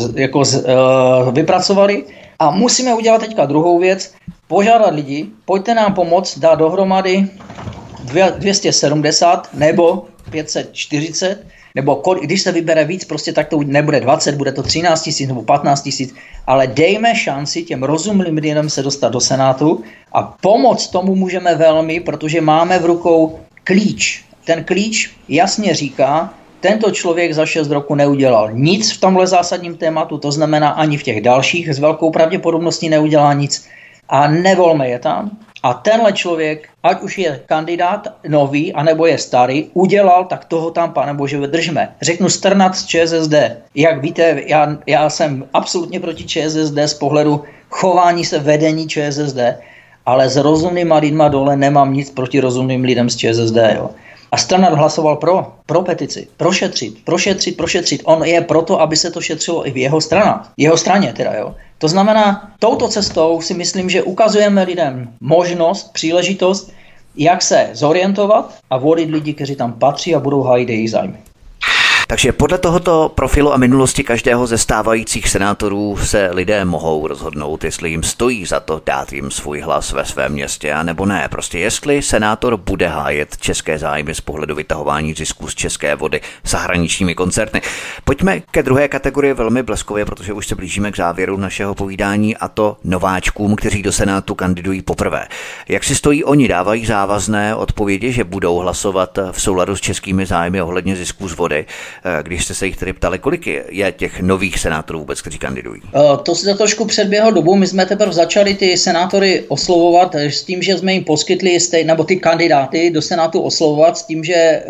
vypracovali a musíme udělat teďka druhou věc, požádat lidi, pojďte nám pomoct dát dohromady 270 nebo 540, nebo když se vybere víc, prostě tak to nebude 20, bude to 13 000 nebo 15 000, ale dejme šanci těm rozumným lidem se dostat do Senátu a pomoct tomu můžeme velmi, protože máme v rukou klíč. Ten klíč jasně říká, tento člověk za 6 roku neudělal nic v tomhle zásadním tématu, to znamená ani v těch dalších s velkou pravděpodobností neudělá nic a nevolme je tam. A tenhle člověk, ať už je kandidát nový, anebo je starý, udělal, tak toho tam, panebože, držme. Řeknu strnat z ČSSD. Jak víte, já jsem absolutně proti ČSSD z pohledu chování se vedení ČSSD, ale s rozumnýma lidma dole nemám nic proti rozumným lidem z ČSSD. Jo. A Strnad hlasoval pro petici, prošetřit. On je proto, aby se to šetřilo i v jeho straně teda, jo. To znamená, touto cestou si myslím, že ukazujeme lidem možnost, příležitost, jak se zorientovat a volit lidi, kteří tam patří a budou hájit jejich zájmy. Takže podle tohoto profilu a minulosti každého ze stávajících senátorů se lidé mohou rozhodnout, jestli jim stojí za to dát jim svůj hlas ve svém městě, anebo ne. Prostě jestli senátor bude hájet české zájmy z pohledu vytahování zisků z české vody zahraničními koncerny. Pojďme ke druhé kategorii velmi bleskově, protože už se blížíme k závěru našeho povídání, a to nováčkům, kteří do Senátu kandidují poprvé. Jak si stojí oni? Dávají závazné odpovědi, že budou hlasovat v souladu s českými zájmy ohledně zisků z vody? Když jste se jich tedy ptali, kolik je těch nových senátorů vůbec, kteří kandidují? To se trošku předběhlo dobu. My jsme teprve začali ty senátory oslovovat s tím, že jsme jim poskytli, nebo ty kandidáty do Senátu oslovovat s tím, že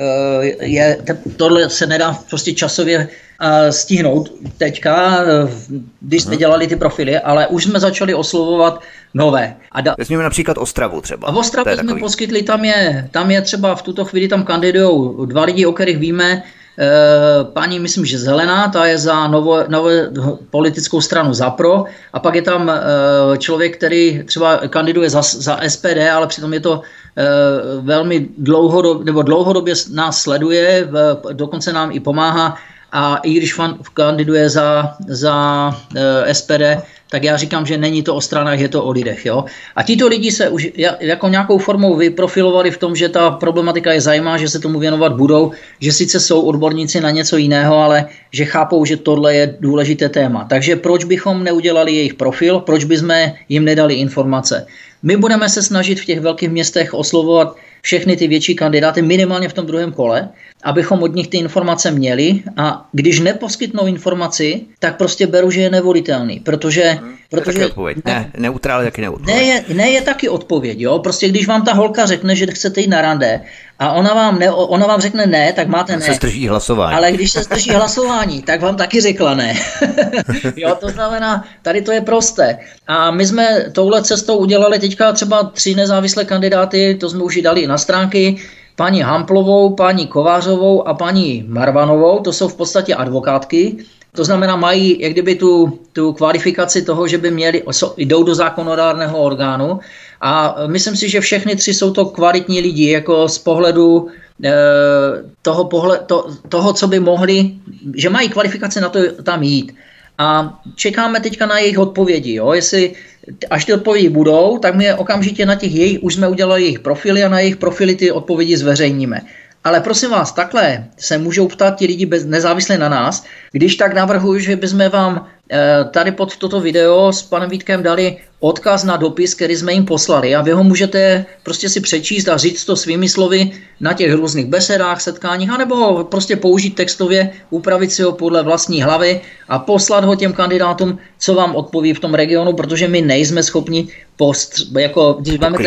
tohle se nedá prostě časově stihnout teďka, když jsme dělali ty profily, ale už jsme začali oslovovat nové. Vezměme například Ostravu třeba. A v Ostravě jsme poskytli, tam je třeba v tuto chvíli tam kandidujou 2 lidi, o kterých víme. Paní, myslím, že Zelená, ta je za novou politickou stranu ZAPRO, a pak je tam člověk, který třeba kandiduje za SPD, ale přitom je to velmi dlouhodobě nás sleduje, dokonce nám i pomáhá, a i když kandiduje za SPD, tak já říkám, že není to o stranách, je to o lidech. Jo? A tito lidi se už jako nějakou formou vyprofilovali v tom, že ta problematika je zajímá, že se tomu věnovat budou, že sice jsou odborníci na něco jiného, ale že chápou, že tohle je důležité téma. Takže proč bychom neudělali jejich profil, proč bychom jim nedali informace? My budeme se snažit v těch velkých městech oslovovat všechny ty větší kandidáty minimálně v tom druhém kole, abychom od nich ty informace měli, a když neposkytnou informaci, tak prostě beru, že je nevolitelný, protože odpověď. Neutrál taky neodpověď. Ne je taky odpověď, jo. Prostě když vám ta holka řekne, že chcete jít na rande a ona vám řekne ne, tak máte ne. Se zdrží hlasování. Ale když se zdrží hlasování, tak vám taky řekla ne. Jo, to znamená, tady to je prosté. A my jsme touhle cestou udělali teďka třeba 3 nezávislé kandidáty, to jsme už i dali na stránky, paní Hamplovou, paní Kovářovou a paní Marvanovou, to jsou v podstatě advokátky. To znamená, mají jak kdyby tu kvalifikaci toho, že by jdou do zákonodárného orgánu, a myslím si, že všechny 3 jsou to kvalitní lidi, jako z pohledu toho, co by mohli, že mají kvalifikaci na to tam jít. A čekáme teďka na jejich odpovědi. Jo? Až ty odpovědi budou, tak my okamžitě na těch už jsme udělali jejich profily a na jejich profily ty odpovědi zveřejníme. Ale prosím vás, takhle se můžou ptát ti lidi nezávisle na nás. Když tak navrhuji, že bychom vám tady pod toto video s panem Vítkem dali odkaz na dopis, který jsme jim poslali, a vy ho můžete prostě si přečíst a říct to svými slovy na těch různých besedách, setkáních, anebo prostě použít textově, upravit si ho podle vlastní hlavy a poslat ho těm kandidátům, co vám odpoví v tom regionu, protože my nejsme schopni když máme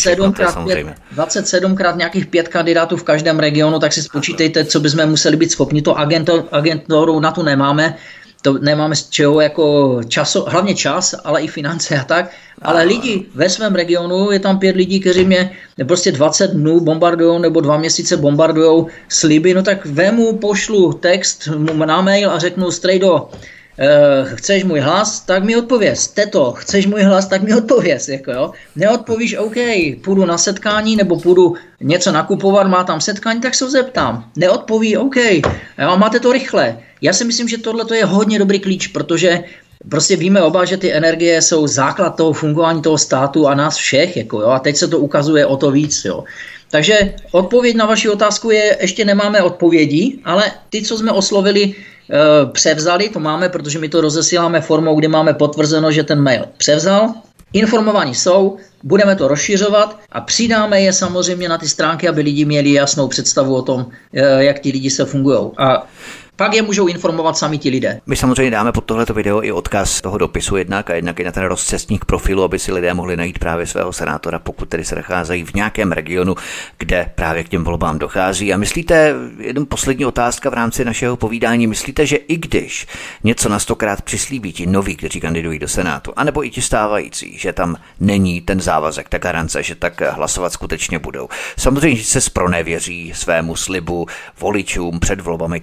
27krát nějakých 5 kandidátů v každém regionu, tak si spočítejte, co bychom museli být schopni. To agenturu na to nemáme. To nemáme z čeho jako hlavně čas, ale i finance a tak. Ale lidi ve svém regionu, je tam 5 lidí, kteří mě prostě 20 dnů bombardujou nebo 2 měsíce bombardujou sliby, no tak pošlu text na mail a řeknu strejdo, chceš můj hlas, tak mi odpověz. Teto, chceš můj hlas, tak mi odpověz. Jako jo. Neodpovíš, OK, půjdu na setkání nebo půjdu něco nakupovat, má tam setkání, tak se ho zeptám. Neodpoví, OK, jo, máte to rychle. Já si myslím, že tohle je hodně dobrý klíč, protože prostě víme oba, že ty energie jsou základ toho fungování toho státu a nás všech. Jako jo. A teď se to ukazuje o to víc. Jo. Takže odpověď na vaši otázku je, ještě nemáme odpovědi, ale ty, co jsme oslovili, převzali, to máme, protože my to rozesíláme formou, kdy máme potvrzeno, že ten mail převzal. Informovaní jsou, budeme to rozšiřovat a přidáme je samozřejmě na ty stránky, aby lidi měli jasnou představu o tom, jak ti lidi se fungují. A pak je můžou informovat sami ti lidé. My samozřejmě dáme pod tohleto video i odkaz toho dopisu jednak a jednak i na ten rozcestník profilu, aby si lidé mohli najít právě svého senátora, pokud tedy se nacházejí v nějakém regionu, kde právě k těm volbám dochází. A myslíte, jenom poslední otázka v rámci našeho povídání, myslíte, že i když něco na 100krát přislíbí ti noví, kteří kandidují do Senátu, anebo i ti stávající, že tam není ten závazek, ta garance, že tak hlasovat skutečně budou. Samozřejmě, že se zpronevěří svému slibu voličům před volbami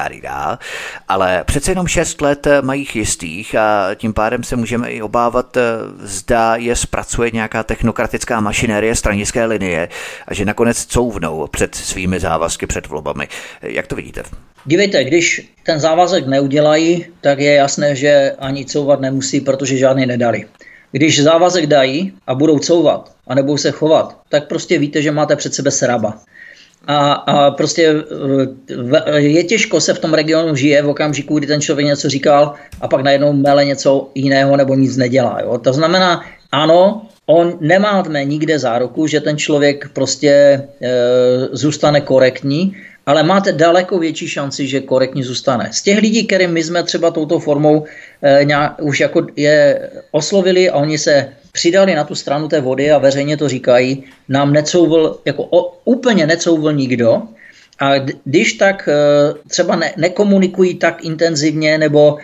ale přece jenom 6 let mají jistých a tím pádem se můžeme i obávat, zda je zpracuje nějaká technokratická mašinérie stranické linie a že nakonec couvnou před svými závazky před volbami. Jak to vidíte? Dívejte, když ten závazek neudělají, tak je jasné, že ani couvat nemusí, protože žádný nedali. Když závazek dají a budou couvat a nebudou se chovat, tak prostě víte, že máte před sebe sraba. A prostě je těžko se v tom regionu žije v okamžiku, kdy ten člověk něco říkal a pak najednou mele něco jiného nebo nic nedělá. Jo? To znamená, ano, on nemáme nikde záruku, že ten člověk prostě zůstane korektní, ale máte daleko větší šanci, že korektně zůstane. Z těch lidí, kterým my jsme třeba touto formou už jako je oslovili a oni se přidali na tu stranu té vody a veřejně to říkají, nám necouvl, jako úplně necouvl nikdo. A když tak třeba nekomunikují tak intenzivně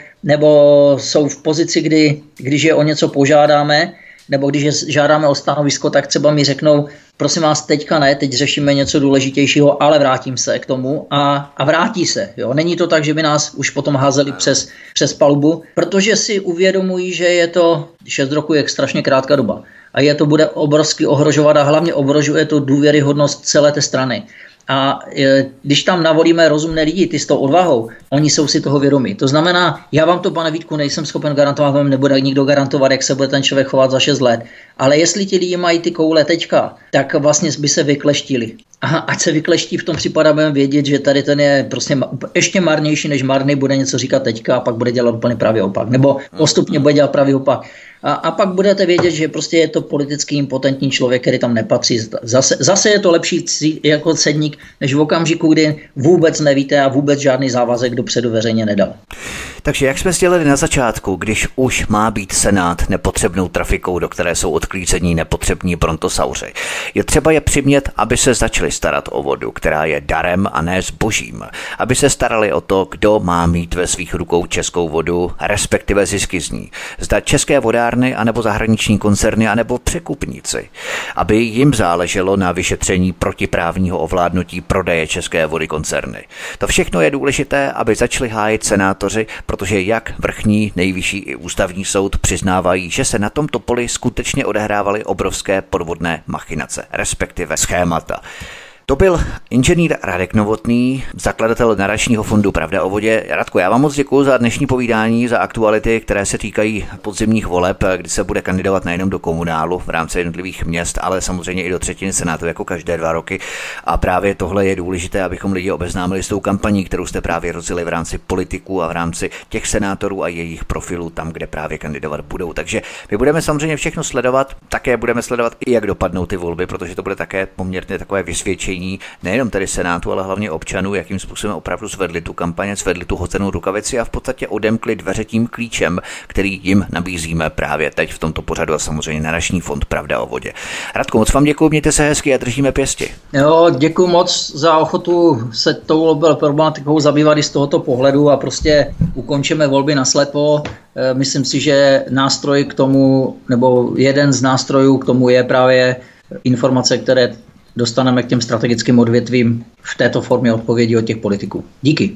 nebo jsou v pozici, když je o něco požádáme, nebo když je žádáme o stanovisko, tak třeba mi řeknou, prosím vás, teďka ne, teď řešíme něco důležitějšího, ale vrátím se k tomu a vrátí se. Jo? Není to tak, že by nás už potom házeli přes palubu, protože si uvědomují, že je to 6 roků je strašně krátká doba a je to bude obrovsky ohrožovat a hlavně ohrožuje to důvěryhodnost celé té strany. A když tam navolíme rozumné lidi, ty s tou odvahou, oni jsou si toho vědomí. To znamená, já vám to, pane Vítku, nejsem schopen garantovat, vám nebude nikdo garantovat, jak se bude ten člověk chovat za 6 let. Ale jestli ti lidi mají ty koule teďka, tak vlastně by se vykleštili. A ať se vykleští, v tom případě budeme vědět, že tady ten je prostě ještě marnější než marný, bude něco říkat teďka a pak bude dělat úplně pravý opak. Nebo postupně bude dělat pravý opak. A pak budete vědět, že prostě je to politicky impotentní člověk, který tam nepatří. Zase je to lepší jako cedník, než v okamžiku, kdy vůbec nevíte a vůbec žádný závazek dopředu veřejně nedal. Takže jak jsme sdělili na začátku, když už má být Senát nepotřebnou trafikou, do které jsou odklízení nepotřební brontosauři, je třeba je přimět, aby se začali starat o vodu, která je darem a ne zbožím. Aby se starali o to, kdo má mít ve svých rukou českou vodu, respektive zisky z ní. Zda české vodárny, anebo zahraniční koncerny, anebo překupníci. Aby jim záleželo na vyšetření protiprávního ovládnutí prodeje české vody koncerny. To všechno je důležité, aby začali hájit senátoři, protože jak vrchní, nejvyšší i ústavní soud přiznávají, že se na tomto poli skutečně odehrávaly obrovské podvodné machinace, respektive schémata. To byl inženýr Radek Novotný, zakladatel nadačního fondu Pravda o vodě. Radku, já vám moc děkuji za dnešní povídání, za aktuality, které se týkají podzimních voleb, kdy se bude kandidovat nejenom do komunálu v rámci jednotlivých měst, ale samozřejmě i do třetiny senátu jako každé 2 roky. A právě tohle je důležité, abychom lidi obeznámili s tou kampaní, kterou jste právě rozjeli v rámci politiků a v rámci těch senátorů a jejich profilů tam, kde právě kandidovat budou. Takže my budeme samozřejmě všechno sledovat, také budeme sledovat i jak dopadnou ty volby, protože to bude také poměrně takové vysvědčení nejenom tedy senátu, ale hlavně občanů, jakým způsobem opravdu zvedli tu kampaně, zvedli tu hozenou rukavici a v podstatě odemkli dveře tím klíčem, který jim nabízíme právě teď v tomto pořadu a samozřejmě nadační fond Pravda o vodě. Radku, moc vám děkuji, mějte se hezky a držíme pěsti. Jo, děkuji moc za ochotu se tou problematikou zabývat i z tohoto pohledu a prostě ukončíme volby naslepo. Myslím si, že nástroj k tomu, nebo jeden z nástrojů k tomu je právě informace, které dostaneme k těm strategickým odvětvím v této formě odpovědi od těch politiků. Díky.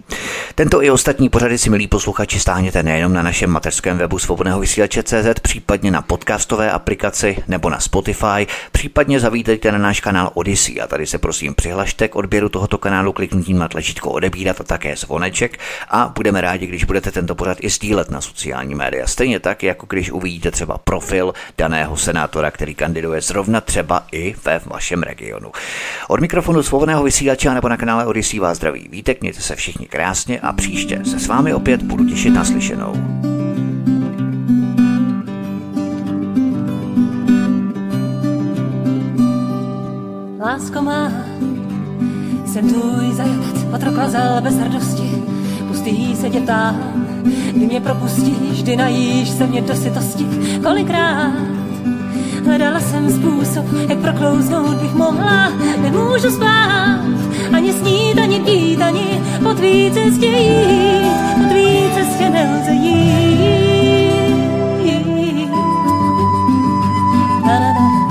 Tento i ostatní pořady si, milí posluchači, stáhněte nejenom na našem mateřském webu Svobodného vysílače.cz, případně na podcastové aplikaci nebo na Spotify, případně zavítejte na náš kanál Odyssey a tady se prosím přihlašte k odběru tohoto kanálu kliknutím na tlačítko odebírat a také zvoneček a budeme rádi, když budete tento pořad i sdílet na sociální média. Stejně tak, jako když uvidíte třeba profil daného senátora, který kandiduje zrovna třeba i ve vašem regionu. Od mikrofonu Svobodného vysílače nebo na kanále Odyssey vás zdraví Vítek, mějte se všichni krásně a příště se s vámi opět budu těšit na slyšenou. Lásko má, jsem tvůj zajatec, otrok vazal bez hrdosti, pustý se tě ptám, kdy mě propustíš, kdy najíš se mě do sytosti, kolikrát hledala jsem způsob, jak proklouznout bych mohla, nemůžu spát, ani snít, ani dít, ani po tvý cestě jít, po tvý cestě nelze jít. Na, na, na.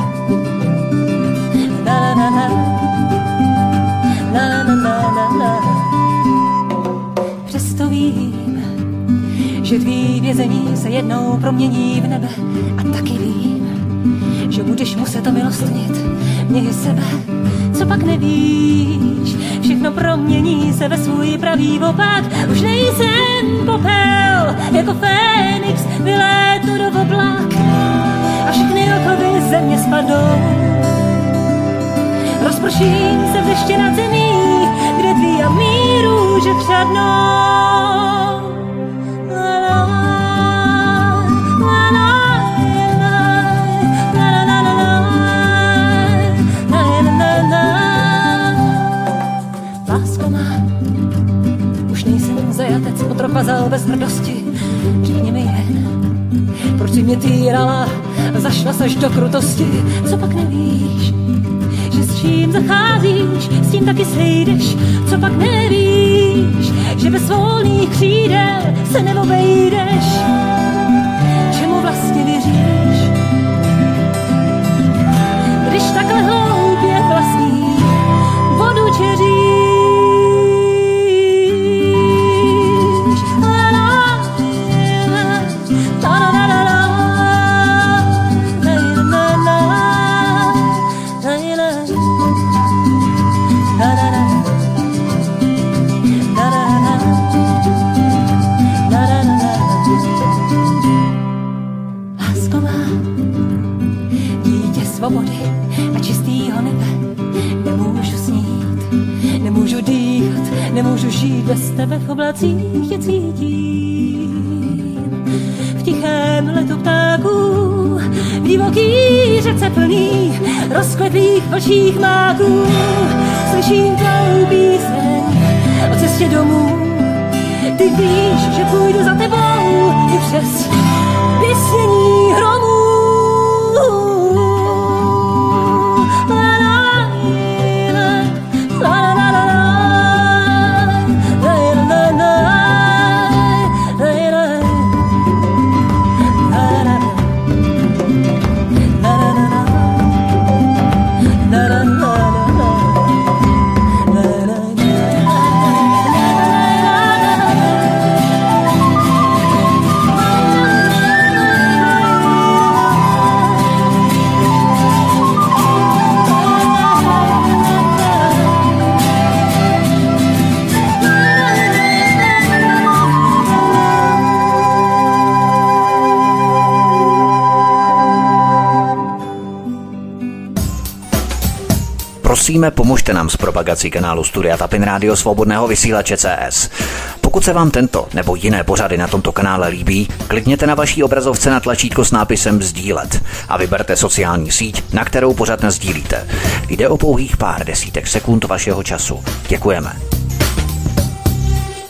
Na, na, na. Na, na, na, na, na. Přesto vím, že tvý vězení se jednou promění v nebe a taky vím, že budeš muset omilostnit mě i sebe, co pak nevíš, všechno promění se ve svůj pravý opak, už nejsem popel, jako Fénix vylétnu do oblak a všechny okovy ze mě spadou. Rozprším se v deště nad zemí, kde tvý a mý růže křadnou. Zajatec, otrok vazal bez hrdosti, řekni mi jen, proč jsi mě týrala, zašla seš do krutosti, co pak nevíš, že s čím zacházíš, s tím taky sejdeš, co pak nevíš, že bez volných křídel se neobejdeš, čemu vlastně věříš, když takhle hloupě vlastní vodu čeříš. Svobody a čistýho nebe nemůžu snít, nemůžu dýchat, nemůžu žít bez tebe, v oblacích tě cítím. V tichém letu ptáků, v divoký řece plný rozkvetlých vlčích máků slyším tvou píseň o cestě domů. Ty víš, že půjdu za tebou i přes vysnění hromů. Prosíme, pomožte nám s propagací kanálu Studia Tapin Rádio Svobodného vysílače CS. Pokud se vám tento nebo jiné pořady na tomto kanále líbí, klikněte na vaší obrazovce na tlačítko s nápisem sdílet a vyberte sociální síť, na kterou pořad nasdílíte. Jde o pouhých pár desítek sekund vašeho času. Děkujeme.